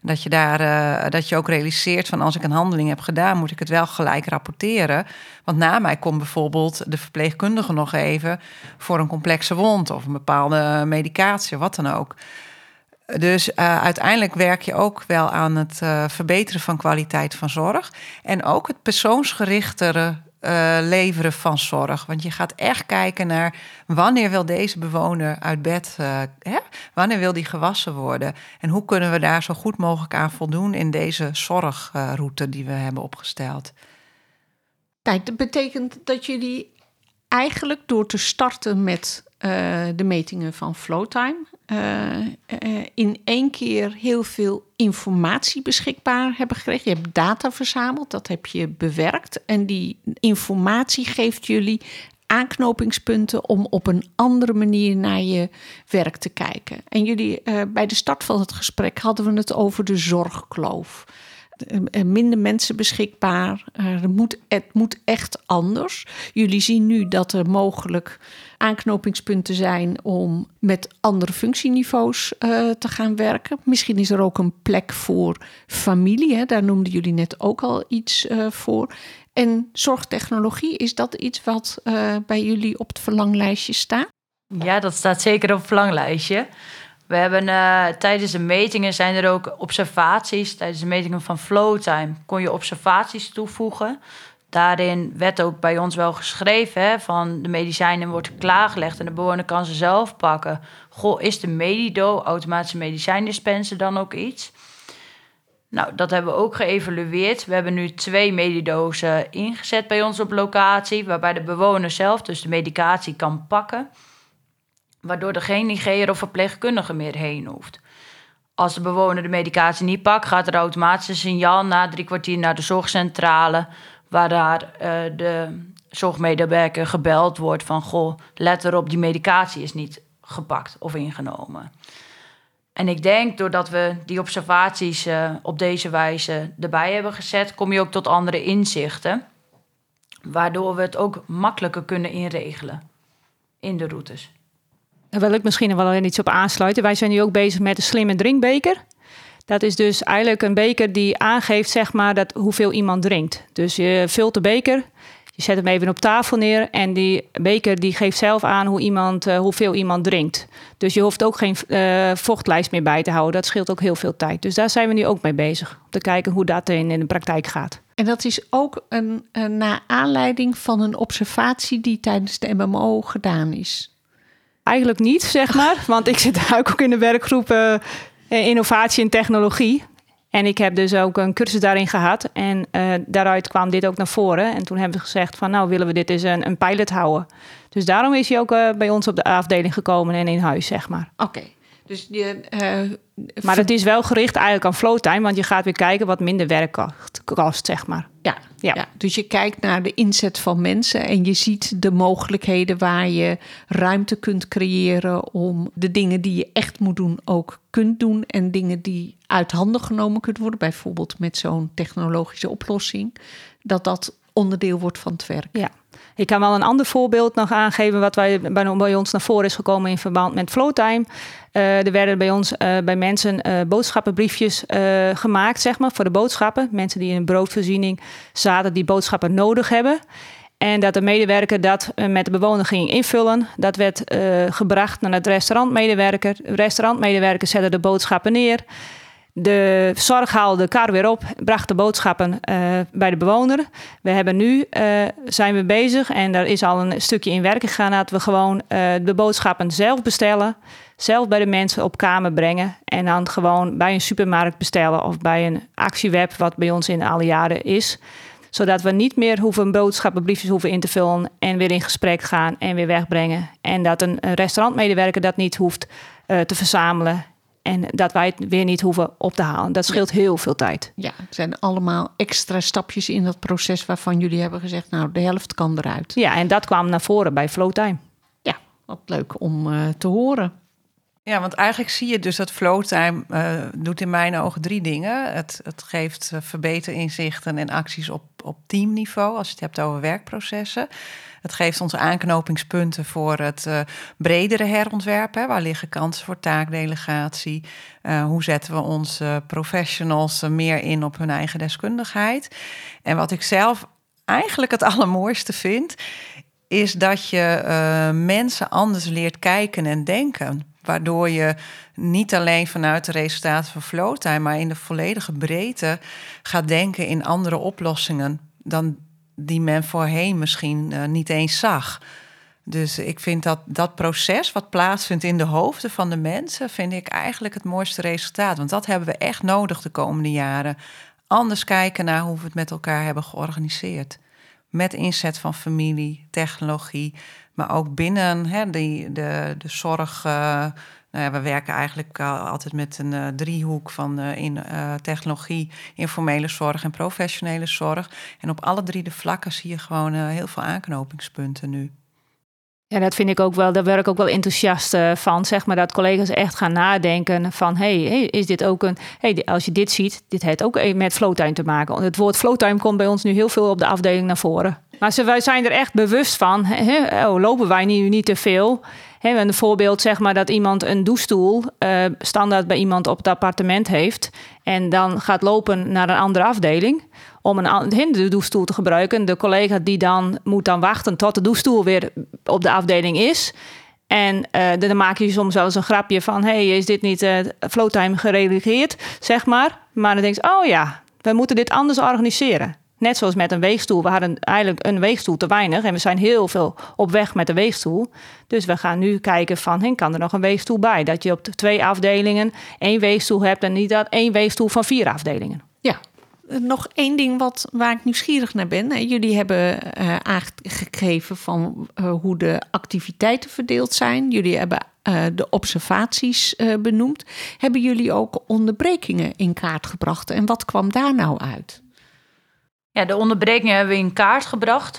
Dat je ook realiseert van, als ik een handeling heb gedaan, moet ik het wel gelijk rapporteren. Want na mij komt bijvoorbeeld de verpleegkundige nog even voor een complexe wond of een bepaalde medicatie, wat dan ook. Dus uiteindelijk werk je ook wel aan het verbeteren van kwaliteit van zorg. En ook het persoonsgerichtere leveren van zorg. Want je gaat echt kijken naar wanneer wil deze bewoner uit bed, wanneer wil die gewassen worden en hoe kunnen we daar zo goed mogelijk aan voldoen in deze zorgroute die we hebben opgesteld. Kijk, dat betekent dat jullie eigenlijk door te starten met de metingen van Flowtime in 1 keer heel veel informatie beschikbaar hebben gekregen. Je hebt data verzameld, dat heb je bewerkt. En die informatie geeft jullie aanknopingspunten om op een andere manier naar je werk te kijken. En jullie, bij de start van het gesprek hadden we het over de zorgkloof. minder mensen beschikbaar. Het moet echt anders. Jullie zien nu dat er mogelijk aanknopingspunten zijn om met andere functieniveaus te gaan werken. Misschien is er ook een plek voor familie. Hè? Daar noemden jullie net ook al iets voor. En zorgtechnologie, is dat iets wat bij jullie op het verlanglijstje staat? Ja, dat staat zeker op het verlanglijstje. We hebben tijdens de metingen zijn er ook observaties. Tijdens de metingen van Flowtime kon je observaties toevoegen. Daarin werd ook bij ons wel geschreven, van de medicijnen wordt klaargelegd en de bewoner kan ze zelf pakken. Goh, is de Medido, automatische medicijndispenser, dan ook iets? Nou, dat hebben we ook geëvalueerd. We hebben nu 2 Medido's ingezet bij ons op locatie, waarbij de bewoner zelf dus de medicatie kan pakken, waardoor er geen IG'er of verpleegkundige meer heen hoeft. Als de bewoner de medicatie niet pakt, gaat er automatisch een signaal na 3 kwartier naar de zorgcentrale, waar daar de zorgmedewerker gebeld wordt van, goh, let erop, die medicatie is niet gepakt of ingenomen. En ik denk, doordat we die observaties op deze wijze erbij hebben gezet, kom je ook tot andere inzichten, waardoor we het ook makkelijker kunnen inregelen in de routes. Daar wil ik misschien nog wel iets op aansluiten. Wij zijn nu ook bezig met een slimme drinkbeker. Dat is dus eigenlijk een beker die aangeeft, zeg maar, hoeveel iemand drinkt. Dus je vult de beker, je zet hem even op tafel neer en die beker die geeft zelf aan hoeveel iemand drinkt. Dus je hoeft ook geen vochtlijst meer bij te houden. Dat scheelt ook heel veel tijd. Dus daar zijn we nu ook mee bezig. Om te kijken hoe dat in de praktijk gaat. En dat is ook naar aanleiding van een observatie die tijdens de MMO gedaan is. Eigenlijk niet, zeg maar. Want ik zit ook in de werkgroep innovatie en technologie. En ik heb dus ook een cursus daarin gehad. En daaruit kwam dit ook naar voren. En toen hebben we gezegd van, nou willen we dit eens een pilot houden. Dus daarom is hij ook bij ons op de afdeling gekomen en in huis, zeg maar. Oké. Dus maar het is wel gericht eigenlijk aan Flowtime, want je gaat weer kijken wat minder werk kost, zeg maar. Ja, dus je kijkt naar de inzet van mensen en je ziet de mogelijkheden waar je ruimte kunt creëren om de dingen die je echt moet doen ook kunt doen en dingen die uit handen genomen kunnen worden, bijvoorbeeld met zo'n technologische oplossing, dat onderdeel wordt van het werk. Ja. Ik kan wel een ander voorbeeld nog aangeven wat bij ons naar voren is gekomen in verband met Flowtime. Er werden bij ons bij mensen boodschappenbriefjes gemaakt, zeg maar, voor de boodschappen. Mensen die in een broodvoorziening zaten, die boodschappen nodig hebben. En dat de medewerker dat met de bewoner ging invullen. Dat werd gebracht naar het restaurantmedewerker. De restaurantmedewerker zette de boodschappen neer. De zorg haalde de kar weer op, bracht de boodschappen bij de bewoner. We hebben nu, zijn we bezig en daar is al een stukje in werking gegaan, dat we gewoon de boodschappen zelf bestellen, zelf bij de mensen op kamer brengen en dan gewoon bij een supermarkt bestellen of bij een actieweb, wat bij ons in alle jaren is. Zodat we niet meer boodschappenbriefjes hoeven in te vullen en weer in gesprek gaan en weer wegbrengen. En dat een restaurantmedewerker dat niet hoeft te verzamelen. En dat wij het weer niet hoeven op te halen. Dat scheelt heel veel tijd. Ja, het zijn allemaal extra stapjes in dat proces waarvan jullie hebben gezegd, nou, de helft kan eruit. Ja, en dat kwam naar voren bij Flowtime. Ja, wat leuk om te horen. Ja, want eigenlijk zie je dus dat Flowtime doet in mijn ogen 3 dingen. Het geeft verbeterinzichten en acties op teamniveau, als je het hebt over werkprocessen. Het geeft ons aanknopingspunten voor het bredere herontwerp. Hè. Waar liggen kansen voor taakdelegatie? Hoe zetten we onze professionals meer in op hun eigen deskundigheid? En wat ik zelf eigenlijk het allermooiste vind, is dat je mensen anders leert kijken en denken. Waardoor je niet alleen vanuit de resultaten van Flowtime, maar in de volledige breedte gaat denken in andere oplossingen dan die men voorheen misschien niet eens zag. Dus ik vind dat proces wat plaatsvindt in de hoofden van de mensen, vind ik eigenlijk het mooiste resultaat. Want dat hebben we echt nodig de komende jaren. Anders kijken naar hoe we het met elkaar hebben georganiseerd. Met inzet van familie, technologie, maar ook binnen de zorg. We werken eigenlijk altijd met een driehoek van technologie, informele zorg en professionele zorg. En op alle 3 de vlakken zie je gewoon heel veel aanknopingspunten nu. Ja, dat vind ik ook wel. Daar word ik ook wel enthousiast van. Zeg maar dat collega's echt gaan nadenken van... hey, is dit ook een... als je dit ziet, dit heeft ook met flowtime te maken. Het woord flowtime komt bij ons nu heel veel op de afdeling naar voren. Maar wij zijn er echt bewust van. Lopen wij nu niet te veel? Een voorbeeld, zeg maar, dat iemand een douchestoel standaard bij iemand op het appartement heeft... en dan gaat lopen naar een andere afdeling... om de douchestoel te gebruiken. De collega die dan moet dan wachten tot de douchestoel weer op de afdeling is. En dan maak je soms wel eens een grapje van... is dit niet flowtime gerelegeerd, zeg maar. Maar dan denk je, we moeten dit anders organiseren. Net zoals met een weegstoel. We hadden eigenlijk een weegstoel te weinig. En we zijn heel veel op weg met de weegstoel. Dus we gaan nu kijken van, kan er nog een weegstoel bij? Dat je op 2 afdelingen 1 weegstoel hebt... en niet dat 1 weegstoel van 4 afdelingen. Ja. Nog één ding waar ik nieuwsgierig naar ben. Jullie hebben aangegeven van hoe de activiteiten verdeeld zijn. Jullie hebben de observaties benoemd. Hebben jullie ook onderbrekingen in kaart gebracht? En wat kwam daar nou uit? Ja, de onderbrekingen hebben we in kaart gebracht.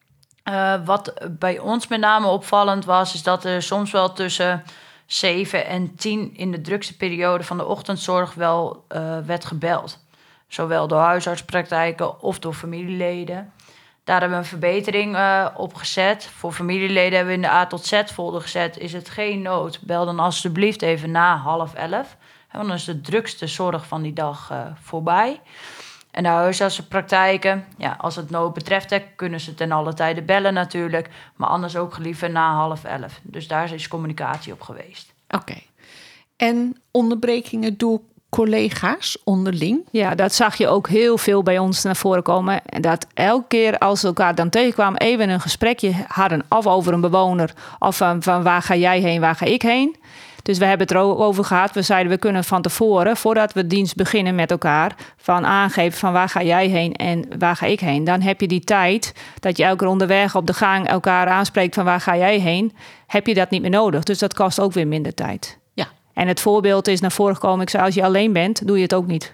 Wat bij ons met name opvallend was... is dat er soms wel tussen 7 en 10... in de drukste periode van de ochtendzorg wel werd gebeld. Zowel door huisartspraktijken of door familieleden. Daar hebben we een verbetering op gezet. Voor familieleden hebben we in de A tot Z-folder gezet... is het geen nood, bel dan alsjeblieft even na 10:30. Want dan is de drukste zorg van die dag voorbij... En de huisartsenpraktijken, als het nood betreft... kunnen ze ten alle tijde bellen natuurlijk... maar anders ook liever na 10:30. Dus daar is communicatie op geweest. Oké. En onderbrekingen door collega's onderling? Ja, dat zag je ook heel veel bij ons naar voren komen. En dat elke keer als ze elkaar dan tegenkwamen... even een gesprekje hadden of over een bewoner... of van waar ga jij heen, waar ga ik heen... Dus we hebben het erover gehad. We zeiden, we kunnen van tevoren, voordat we dienst beginnen met elkaar... van aangeven van waar ga jij heen en waar ga ik heen. Dan heb je die tijd dat je elke keer onderweg op de gang elkaar aanspreekt... van waar ga jij heen, heb je dat niet meer nodig. Dus dat kost ook weer minder tijd. Ja. En het voorbeeld is naar voren gekomen. Ik zei, als je alleen bent, doe je het ook niet.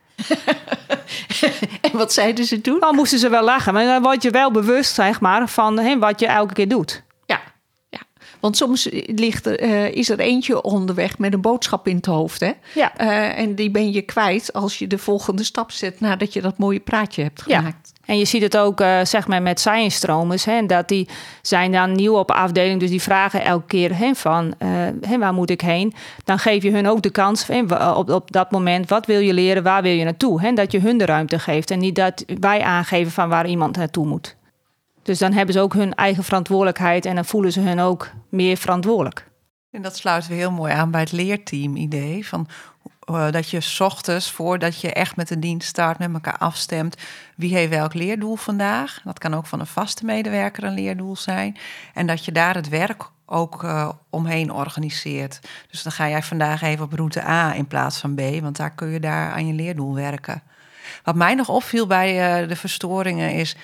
En wat zeiden ze toen? Dan moesten ze wel lachen. Maar dan word je wel bewust, zeg maar, van wat je elke keer doet. Want soms is er eentje onderweg met een boodschap in het hoofd. Hè? Ja. En die ben je kwijt als je de volgende stap zet... nadat je dat mooie praatje hebt gemaakt. Ja. En je ziet het ook zeg maar met science-stromers. Dat die zijn dan nieuw op afdeling. Dus die vragen elke keer van waar moet ik heen? Dan geef je hun ook de kans op dat moment. Wat wil je leren? Waar wil je naartoe? Dat je hun de ruimte geeft. En niet dat wij aangeven van waar iemand naartoe moet. Dus dan hebben ze ook hun eigen verantwoordelijkheid... en dan voelen ze hun ook meer verantwoordelijk. En dat sluit weer heel mooi aan bij het leerteam-idee. Van, dat je 's ochtends, voordat je echt met de dienst start... met elkaar afstemt, wie heeft welk leerdoel vandaag. Dat kan ook van een vaste medewerker een leerdoel zijn. En dat je daar het werk ook omheen organiseert. Dus dan ga jij vandaag even op route A in plaats van B... want daar kun je daar aan je leerdoel werken. Wat mij nog opviel bij de verstoringen is...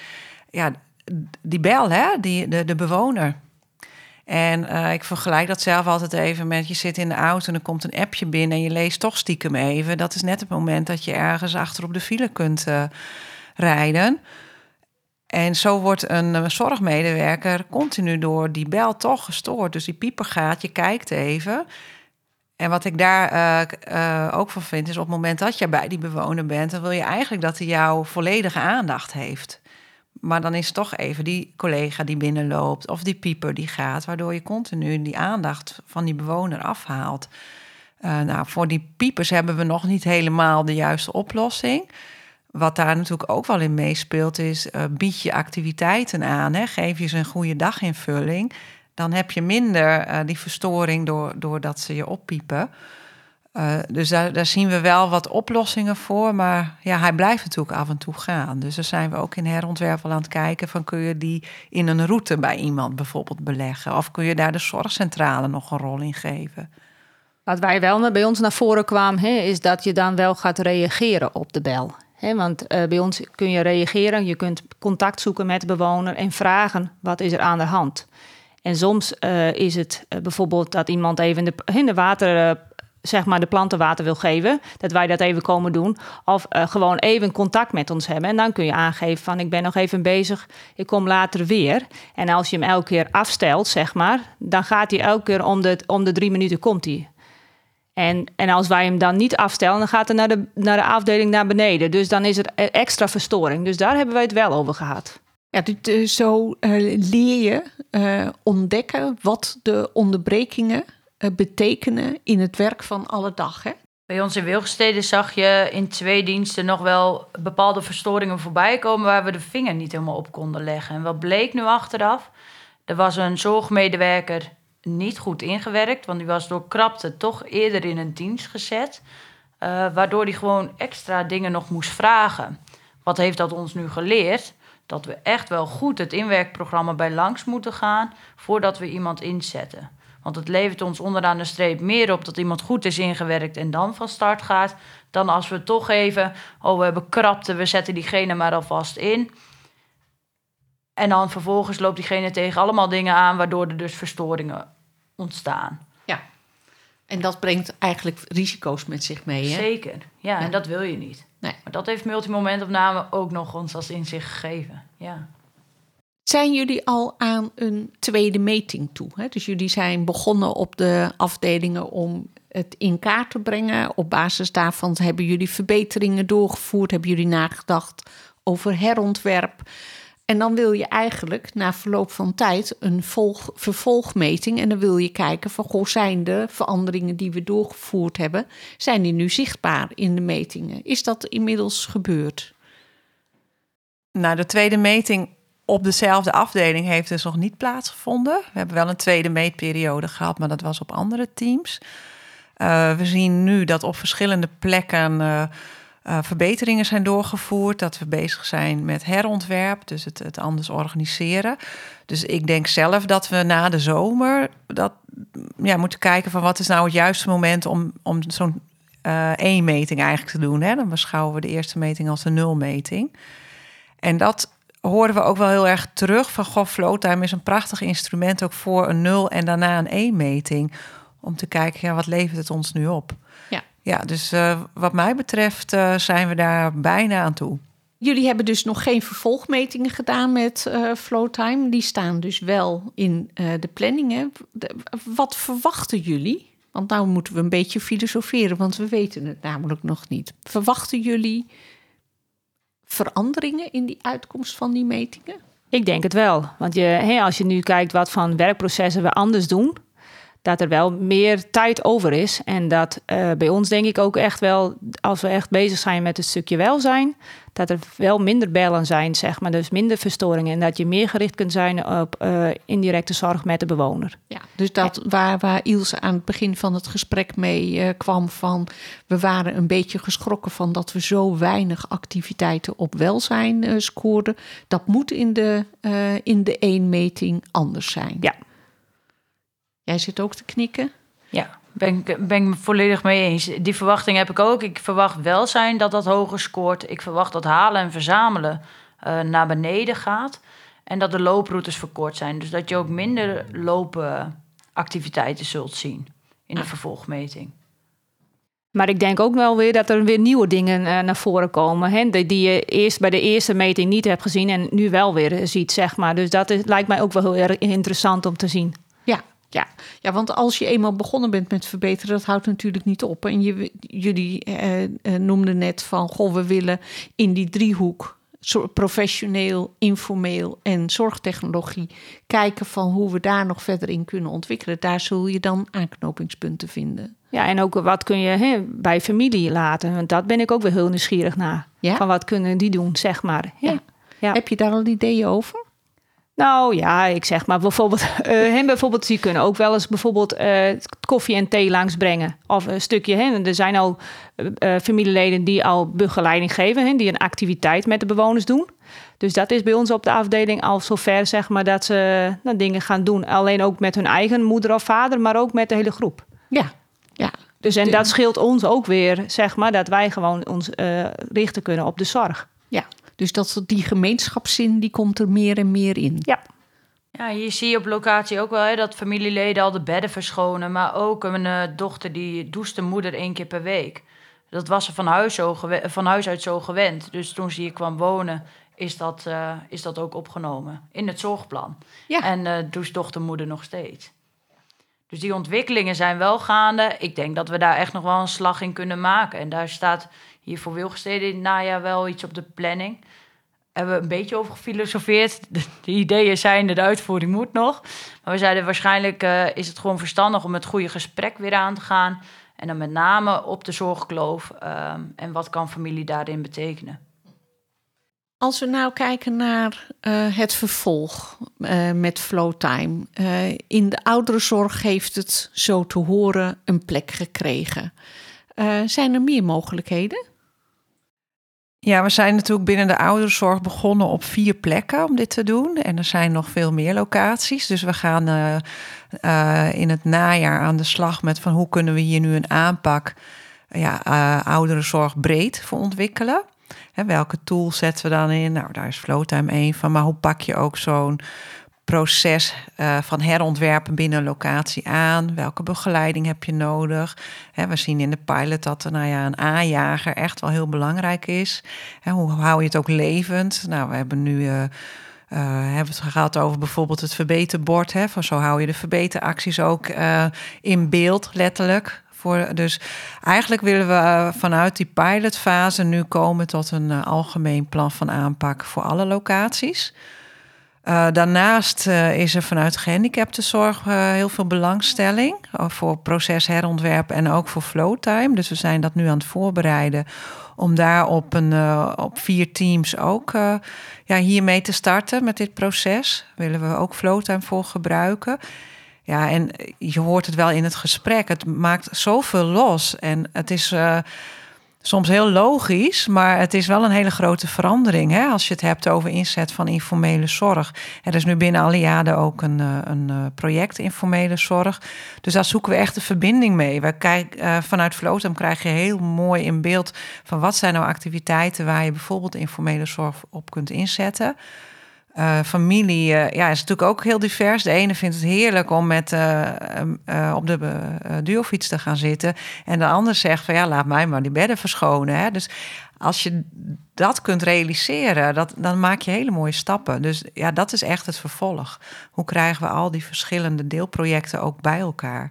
die bel, de bewoner. En ik vergelijk dat zelf altijd even met... je zit in de auto en er komt een appje binnen... en je leest toch stiekem even. Dat is net het moment dat je ergens achter op de file kunt rijden. En zo wordt een zorgmedewerker continu door die bel toch gestoord. Dus die pieper gaat, je kijkt even... En wat ik daar ook van vind is... op het moment dat je bij die bewoner bent... dan wil je eigenlijk dat hij jouw volledige aandacht heeft... Maar dan is het toch even die collega die binnenloopt... of die pieper die gaat... waardoor je continu die aandacht van die bewoner afhaalt. Voor die piepers hebben we nog niet helemaal de juiste oplossing. Wat daar natuurlijk ook wel in meespeelt is... bied je activiteiten aan, geef je ze een goede daginvulling... dan heb je minder die verstoring doordat ze je oppiepen... Dus daar zien we wel wat oplossingen voor. Maar hij blijft natuurlijk af en toe gaan. Dus daar zijn we ook in herontwerp wel aan het kijken... van kun je die in een route bij iemand bijvoorbeeld beleggen? Of kun je daar de zorgcentrale nog een rol in geven? Wat wij wel bij ons naar voren kwamen... is dat je dan wel gaat reageren op de bel. Want bij ons kun je reageren. Je kunt contact zoeken met de bewoner en vragen... wat is er aan de hand? En soms is het bijvoorbeeld dat iemand even in de water... zeg maar de planten water wil geven, dat wij dat even komen doen. Of gewoon even contact met ons hebben. En dan kun je aangeven van ik ben nog even bezig, ik kom later weer. En als je hem elke keer afstelt, zeg maar, dan gaat hij elke keer om de 3 minuten komt hij. En als wij hem dan niet afstellen, dan gaat hij naar de afdeling naar beneden. Dus dan is er extra verstoring. Dus daar hebben wij het wel over gehad. Ja, zo leer je ontdekken wat de onderbrekingen betekenen in het werk van alle dag. Hè? Bij ons in Wilgenstede zag je in 2 diensten nog wel bepaalde verstoringen voorbij komen waar we de vinger niet helemaal op konden leggen. En wat bleek nu achteraf? Er was een zorgmedewerker niet goed ingewerkt, want die was door krapte toch eerder in een dienst gezet, waardoor die gewoon extra dingen nog moest vragen. Wat heeft dat ons nu geleerd? Dat we echt wel goed het inwerkprogramma bij langs moeten gaan voordat we iemand inzetten. Want het levert ons onderaan de streep meer op dat iemand goed is ingewerkt en dan van start gaat, dan als we toch even, we hebben krapte, we zetten diegene maar alvast in. En dan vervolgens loopt diegene tegen allemaal dingen aan, waardoor er dus verstoringen ontstaan. Ja, en dat brengt eigenlijk risico's met zich mee, hè? Zeker, ja, en dat wil je niet. Nee. Maar dat heeft multimomentopname ook nog ons als inzicht gegeven, ja. Zijn jullie al aan een tweede meting toe? Hè? Dus jullie zijn begonnen op de afdelingen om het in kaart te brengen. Op basis daarvan hebben jullie verbeteringen doorgevoerd. Hebben jullie nagedacht over herontwerp. En dan wil je eigenlijk na verloop van tijd een vervolgmeting. En dan wil je kijken van, zijn de veranderingen die we doorgevoerd hebben, zijn die nu zichtbaar in de metingen? Is dat inmiddels gebeurd? Nou, de tweede meting op dezelfde afdeling heeft dus nog niet plaatsgevonden. We hebben wel een tweede meetperiode gehad, maar dat was op andere teams. We zien nu dat op verschillende plekken verbeteringen zijn doorgevoerd. Dat we bezig zijn met herontwerp, dus het anders organiseren. Dus ik denk zelf dat we na de zomer moeten kijken van wat is nou het juiste moment om zo'n 1 meting eigenlijk te doen. Hè? Dan beschouwen we de eerste meting als de nulmeting. En dat hoorden we ook wel heel erg terug van Flowtime is een prachtig instrument ook voor een 0 en daarna een 1 meting. Om te kijken, wat levert het ons nu op? Ja, dus wat mij betreft zijn we daar bijna aan toe. Jullie hebben dus nog geen vervolgmetingen gedaan met Flowtime. Die staan dus wel in de planningen. Wat verwachten jullie? Want nou moeten we een beetje filosoferen, want we weten het namelijk nog niet. Verwachten jullie veranderingen in die uitkomst van die metingen? Ik denk het wel. Want als je nu kijkt wat van werkprocessen we anders doen, dat er wel meer tijd over is. En dat bij ons denk ik ook echt wel, als we echt bezig zijn met het stukje welzijn, dat er wel minder bellen zijn, zeg maar, dus minder verstoringen. En dat je meer gericht kunt zijn op indirecte zorg met de bewoner. Ja, dus dat waar Ilse aan het begin van het gesprek mee kwam van, we waren een beetje geschrokken van dat we zo weinig activiteiten op welzijn scoorden. Dat moet in de 1 meting anders zijn. Ja. Jij zit ook te knikken? Ja, ben ik volledig mee eens. Die verwachting heb ik ook. Ik verwacht welzijn dat hoger scoort. Ik verwacht dat halen en verzamelen naar beneden gaat. En dat de looproutes verkort zijn. Dus dat je ook minder loopactiviteiten zult zien in de vervolgmeting. Maar ik denk ook wel weer dat er weer nieuwe dingen naar voren komen. Hè, die je eerst bij de eerste meting niet hebt gezien en nu wel weer ziet, zeg maar. Dus dat lijkt mij ook wel heel erg interessant om te zien. Ja, want als je eenmaal begonnen bent met verbeteren, dat houdt natuurlijk niet op. En jullie noemden net van, we willen in die driehoek, professioneel, informeel en zorgtechnologie, kijken van hoe we daar nog verder in kunnen ontwikkelen. Daar zul je dan aanknopingspunten vinden. Ja, en ook wat kun je bij familie laten? Want dat ben ik ook weer heel nieuwsgierig naar. Ja? Van wat kunnen die doen, zeg maar. Ja. Heb je daar al ideeën over? Nou ja, ik zeg maar bijvoorbeeld, die kunnen ook wel eens bijvoorbeeld koffie en thee langsbrengen. Of een stukje, er zijn al familieleden die al begeleiding geven, die een activiteit met de bewoners doen. Dus dat is bij ons op de afdeling al zover, zeg maar, dat ze dingen gaan doen. Alleen ook met hun eigen moeder of vader, maar ook met de hele groep. Ja. Dus en dat scheelt ons ook weer, zeg maar, dat wij gewoon ons richten kunnen op de zorg. Ja. Dus die gemeenschapszin, die komt er meer en meer in. Ja. Ja, hier zie je op locatie ook wel dat familieleden al de bedden verschonen. Maar ook een dochter die doucht de moeder 1 keer per week. Dat was ze van huis uit zo gewend. Dus toen ze hier kwam wonen, is dat ook opgenomen in het zorgplan. Ja. En doucht dochtermoeder nog steeds. Dus die ontwikkelingen zijn wel gaande. Ik denk dat we daar echt nog wel een slag in kunnen maken. En daar staat hier voor Wilgenstede in het najaar wel iets op de planning. Hebben we een beetje over gefilosofeerd. De ideeën zijn er, de uitvoering moet nog. Maar we zeiden waarschijnlijk is het gewoon verstandig om het goede gesprek weer aan te gaan. En dan met name op de zorgkloof. En wat kan familie daarin betekenen? Als we nou kijken naar het vervolg met Flowtime. In de ouderenzorg heeft het zo te horen een plek gekregen. Zijn er meer mogelijkheden? Ja, we zijn natuurlijk binnen de ouderenzorg begonnen op 4 plekken om dit te doen. En er zijn nog veel meer locaties. Dus we gaan in het najaar aan de slag met van hoe kunnen we hier nu een aanpak ouderenzorg breed voor ontwikkelen. Hè, welke tools zetten we dan in? Nou, daar is Flowtime 1 van. Maar hoe pak je ook zo'n proces van herontwerpen binnen een locatie aan? Welke begeleiding heb je nodig? Hè, we zien in de pilot dat een aanjager echt wel heel belangrijk is. Hè, hoe hou je het ook levend? Nou, we hebben nu hebben het gehad over bijvoorbeeld het verbeterbord. Hè, van zo hou je de verbeteracties ook in beeld, letterlijk. Dus eigenlijk willen we vanuit die pilotfase nu komen tot een algemeen plan van aanpak voor alle locaties. Daarnaast is er vanuit gehandicaptenzorg heel veel belangstelling voor procesherontwerp en ook voor Flowtime. Dus we zijn dat nu aan het voorbereiden om daar op 4 teams ook hiermee te starten met dit proces. Willen we ook Flowtime voor gebruiken. Ja, en je hoort het wel in het gesprek. Het maakt zoveel los. En het is soms heel logisch, maar het is wel een hele grote verandering. Hè? Als je het hebt over inzet van informele zorg. Er is nu binnen Aliade ook een project informele zorg. Dus daar zoeken we echt de verbinding mee. Vanuit Flowtime krijg je heel mooi in beeld van wat zijn nou activiteiten waar je bijvoorbeeld informele zorg op kunt inzetten. Familie is natuurlijk ook heel divers. De ene vindt het heerlijk om op de duofiets te gaan zitten. En de ander zegt van laat mij maar die bedden verschonen. Hè? Dus als je dat kunt realiseren, dan maak je hele mooie stappen. Dus dat is echt het vervolg. Hoe krijgen we al die verschillende deelprojecten ook bij elkaar?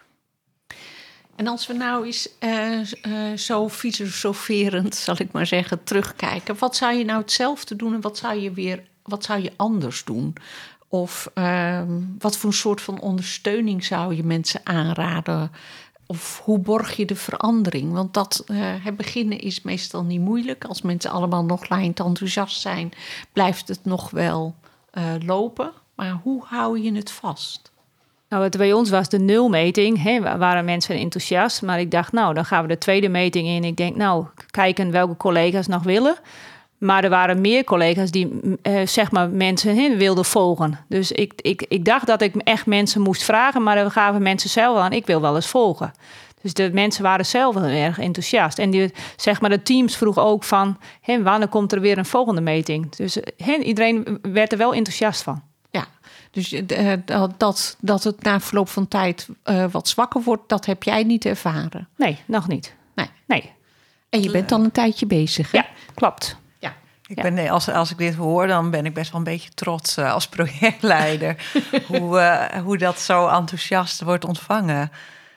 En als we nou eens zo filosoferend, zal ik maar zeggen, terugkijken. Wat zou je nou hetzelfde doen en wat zou je anders doen? Of wat voor een soort van ondersteuning zou je mensen aanraden? Of hoe borg je de verandering? Want het beginnen is meestal niet moeilijk. Als mensen allemaal nog laaiend enthousiast zijn, blijft het nog wel lopen. Maar hoe hou je het vast? Nou, bij ons was de nulmeting. Waren mensen enthousiast? Maar ik dacht, dan gaan we de tweede meting in. Ik denk, kijken welke collega's nog willen. Maar er waren meer collega's die mensen wilden volgen. Dus ik dacht dat ik echt mensen moest vragen, maar dan gaven mensen zelf aan, ik wil wel eens volgen. Dus de mensen waren zelf heel erg enthousiast. En de teams vroegen ook van, wanneer komt er weer een volgende meting? Dus iedereen werd er wel enthousiast van. Ja, dus dat het na verloop van tijd wat zwakker wordt, dat heb jij niet ervaren? Nee, nog niet. Nee. En je bent dan een tijdje bezig, hè? Ja, klopt. Als ik dit hoor, dan ben ik best wel een beetje trots als projectleider. hoe dat zo enthousiast wordt ontvangen.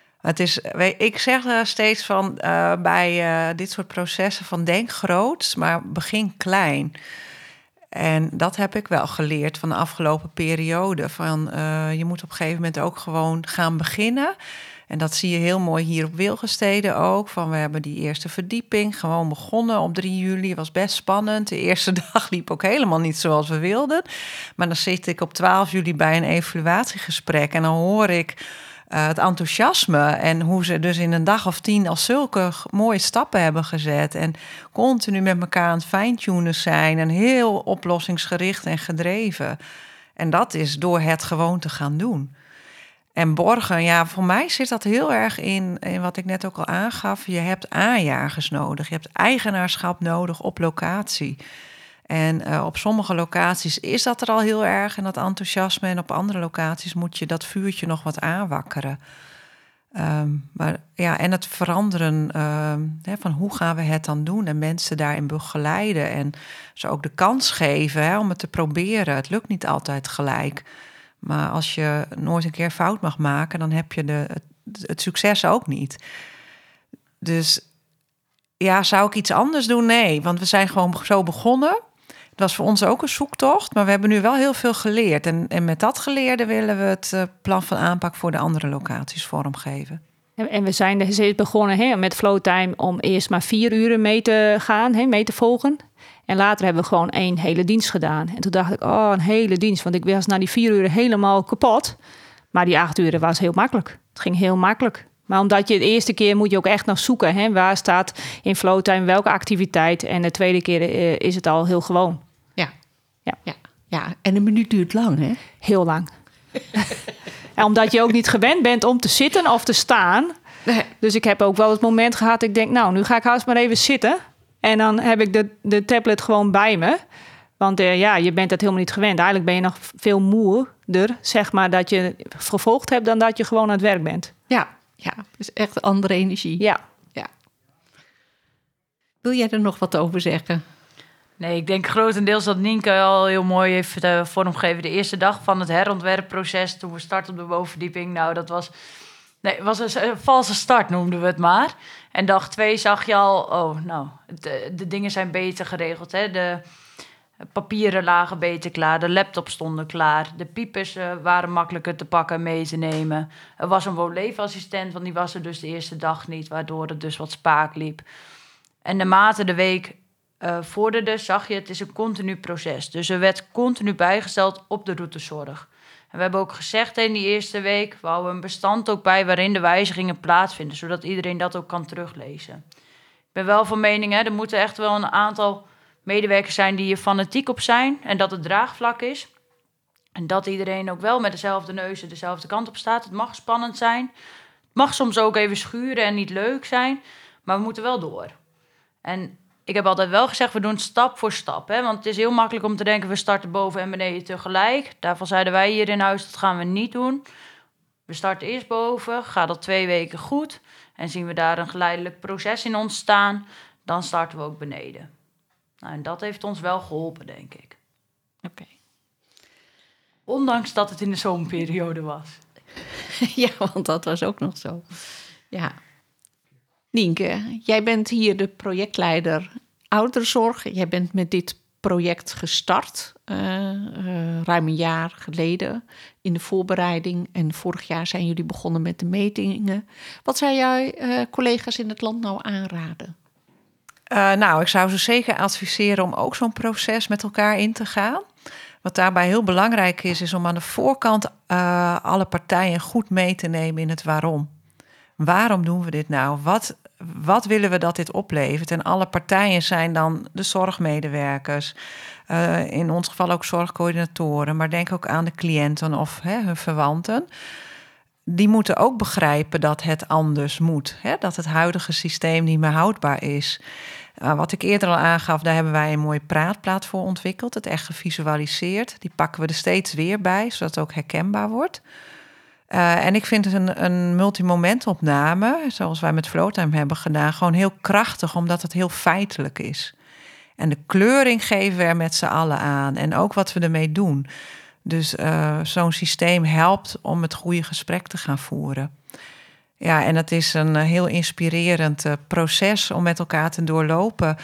Ik zeg steeds van bij dit soort processen van denk groots, maar begin klein. En dat heb ik wel geleerd van de afgelopen periode. Je moet op een gegeven moment ook gewoon gaan beginnen. En dat zie je heel mooi hier op Wilgenstede ook. We hebben die eerste verdieping gewoon begonnen op 3 juli. Het was best spannend. De eerste dag liep ook helemaal niet zoals we wilden. Maar dan zit ik op 12 juli bij een evaluatiegesprek. En dan hoor ik het enthousiasme. En hoe ze dus in een dag of 10 al zulke mooie stappen hebben gezet. En continu met elkaar aan het fine-tunen zijn. En heel oplossingsgericht en gedreven. En dat is door het gewoon te gaan doen. En borgen, voor mij zit dat heel erg in wat ik net ook al aangaf. Je hebt aanjagers nodig, je hebt eigenaarschap nodig op locatie. En op sommige locaties is dat er al heel erg en dat enthousiasme. En op andere locaties moet je dat vuurtje nog wat aanwakkeren. En het veranderen van hoe gaan we het dan doen en mensen daarin begeleiden en ze ook de kans geven om het te proberen. Het lukt niet altijd gelijk, maar als je nooit een keer fout mag maken, dan heb je het succes ook niet. Dus ja, zou ik iets anders doen? Nee, want we zijn gewoon zo begonnen. Het was voor ons ook een zoektocht, maar we hebben nu wel heel veel geleerd. En met dat geleerde willen we het plan van aanpak voor de andere locaties vormgeven. En we zijn steeds begonnen met Flowtime om eerst maar 4 uur mee te gaan, mee te volgen. En later hebben we gewoon 1 hele dienst gedaan. En toen dacht ik, een hele dienst. Want ik was na die 4 uur helemaal kapot. Maar die 8 uur was heel makkelijk. Het ging heel makkelijk. Maar omdat je de eerste keer moet je ook echt nog zoeken. Waar staat in Flowtime welke activiteit. En de tweede keer is het al heel gewoon. Ja, en een minuut duurt lang, hè? Heel lang. En omdat je ook niet gewend bent om te zitten of te staan. Nee. Dus ik heb ook wel het moment gehad. Ik denk, nu ga ik haast maar even zitten. En dan heb ik de tablet gewoon bij me. Want je bent dat helemaal niet gewend. Eigenlijk ben je nog veel moerder, zeg maar, dat je gevolgd hebt dan dat je gewoon aan het werk bent. Ja, dus echt andere energie. Ja. Wil jij er nog wat over zeggen? Nee, ik denk grotendeels dat Nienke al heel mooi heeft vormgegeven. De eerste dag van het herontwerpproces, toen we startten op de bovenverdieping. Nou, dat was een valse start, noemden we het maar. En dag 2 zag je al, de dingen zijn beter geregeld. Hè? De papieren lagen beter klaar, de laptops stonden klaar. De piepers waren makkelijker te pakken en mee te nemen. Er was een woonleefassistent, want die was er dus de eerste dag niet, waardoor het dus wat spaak liep. En naarmate de week vorderde, zag je, het is een continu proces. Dus er werd continu bijgesteld op de routezorg. En we hebben ook gezegd in die eerste week, we houden een bestand ook bij waarin de wijzigingen plaatsvinden, zodat iedereen dat ook kan teruglezen. Ik ben wel van mening, er moeten echt wel een aantal medewerkers zijn die er fanatiek op zijn en dat het draagvlak is. En dat iedereen ook wel met dezelfde neuzen dezelfde kant op staat. Het mag spannend zijn. Het mag soms ook even schuren en niet leuk zijn, maar we moeten wel door. En ik heb altijd wel gezegd, we doen stap voor stap. Want het is heel makkelijk om te denken, we starten boven en beneden tegelijk. Daarvan zeiden wij hier in huis, dat gaan we niet doen. We starten eerst boven, gaat dat 2 weken goed. En zien we daar een geleidelijk proces in ontstaan, dan starten we ook beneden. Nou, en dat heeft ons wel geholpen, denk ik. Oké. Ondanks dat het in de zomerperiode was. Ja, want dat was ook nog zo. Ja. Nienke, jij bent hier de projectleider ouderenzorg. Jij bent met dit project gestart, ruim een jaar geleden in de voorbereiding. En vorig jaar zijn jullie begonnen met de metingen. Wat zou jij collega's in het land nou aanraden? Ik zou ze zeker adviseren om ook zo'n proces met elkaar in te gaan. Wat daarbij heel belangrijk is om aan de voorkant alle partijen goed mee te nemen in het waarom. Waarom doen we dit nou? Wat willen we dat dit oplevert? En alle partijen zijn dan de zorgmedewerkers. In ons geval ook zorgcoördinatoren. Maar denk ook aan de cliënten of hun verwanten. Die moeten ook begrijpen dat het anders moet. Dat het huidige systeem niet meer houdbaar is. Wat ik eerder al aangaf, daar hebben wij een mooi praatplaat voor ontwikkeld. Het echt gevisualiseerd. Die pakken we er steeds weer bij, zodat het ook herkenbaar wordt. En ik vind een multimomentopname, zoals wij met Flowtime hebben gedaan, gewoon heel krachtig, omdat het heel feitelijk is. En de kleuring geven we er met z'n allen aan. En ook wat we ermee doen. Dus zo'n systeem helpt om het goede gesprek te gaan voeren. Ja, en het is een heel inspirerend proces om met elkaar te doorlopen.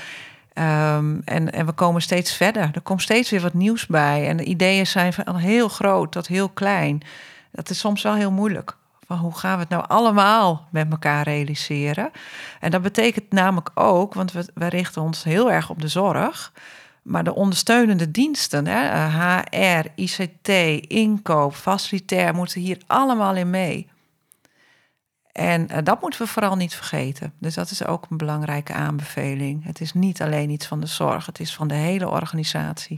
En we komen steeds verder. Er komt steeds weer wat nieuws bij. En de ideeën zijn van heel groot tot heel klein. Dat is soms wel heel moeilijk. Van hoe gaan we het nou allemaal met elkaar realiseren? En dat betekent namelijk ook, want we richten ons heel erg op de zorg, maar de ondersteunende diensten, HR, ICT, inkoop, facilitair, moeten hier allemaal in mee. En dat moeten we vooral niet vergeten. Dus dat is ook een belangrijke aanbeveling. Het is niet alleen iets van de zorg, het is van de hele organisatie.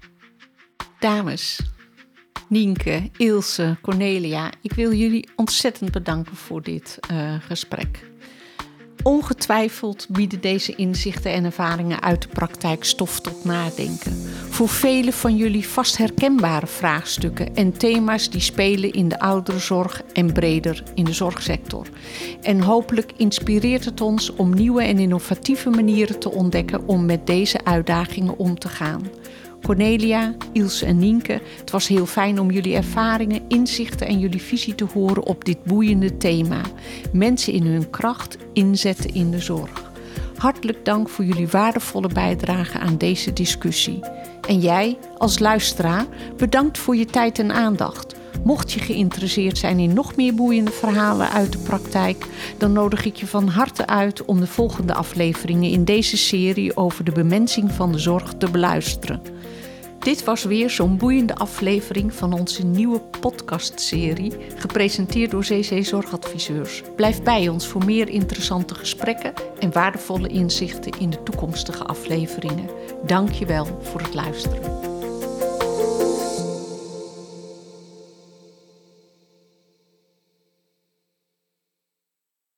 Dames, Nienke, Ilse, Cornelia, ik wil jullie ontzettend bedanken voor dit gesprek. Ongetwijfeld bieden deze inzichten en ervaringen uit de praktijk stof tot nadenken. Voor velen van jullie vast herkenbare vraagstukken en thema's die spelen in de ouderenzorg en breder in de zorgsector. En hopelijk inspireert het ons om nieuwe en innovatieve manieren te ontdekken om met deze uitdagingen om te gaan. Cornelia, Ilse en Nienke, het was heel fijn om jullie ervaringen, inzichten en jullie visie te horen op dit boeiende thema. Mensen in hun kracht inzetten in de zorg. Hartelijk dank voor jullie waardevolle bijdrage aan deze discussie. En jij, als luisteraar, bedankt voor je tijd en aandacht. Mocht je geïnteresseerd zijn in nog meer boeiende verhalen uit de praktijk, dan nodig ik je van harte uit om de volgende afleveringen in deze serie over de bemensing van de zorg te beluisteren. Dit was weer zo'n boeiende aflevering van onze nieuwe podcastserie, gepresenteerd door CC Zorgadviseurs. Blijf bij ons voor meer interessante gesprekken en waardevolle inzichten in de toekomstige afleveringen. Dank je wel voor het luisteren.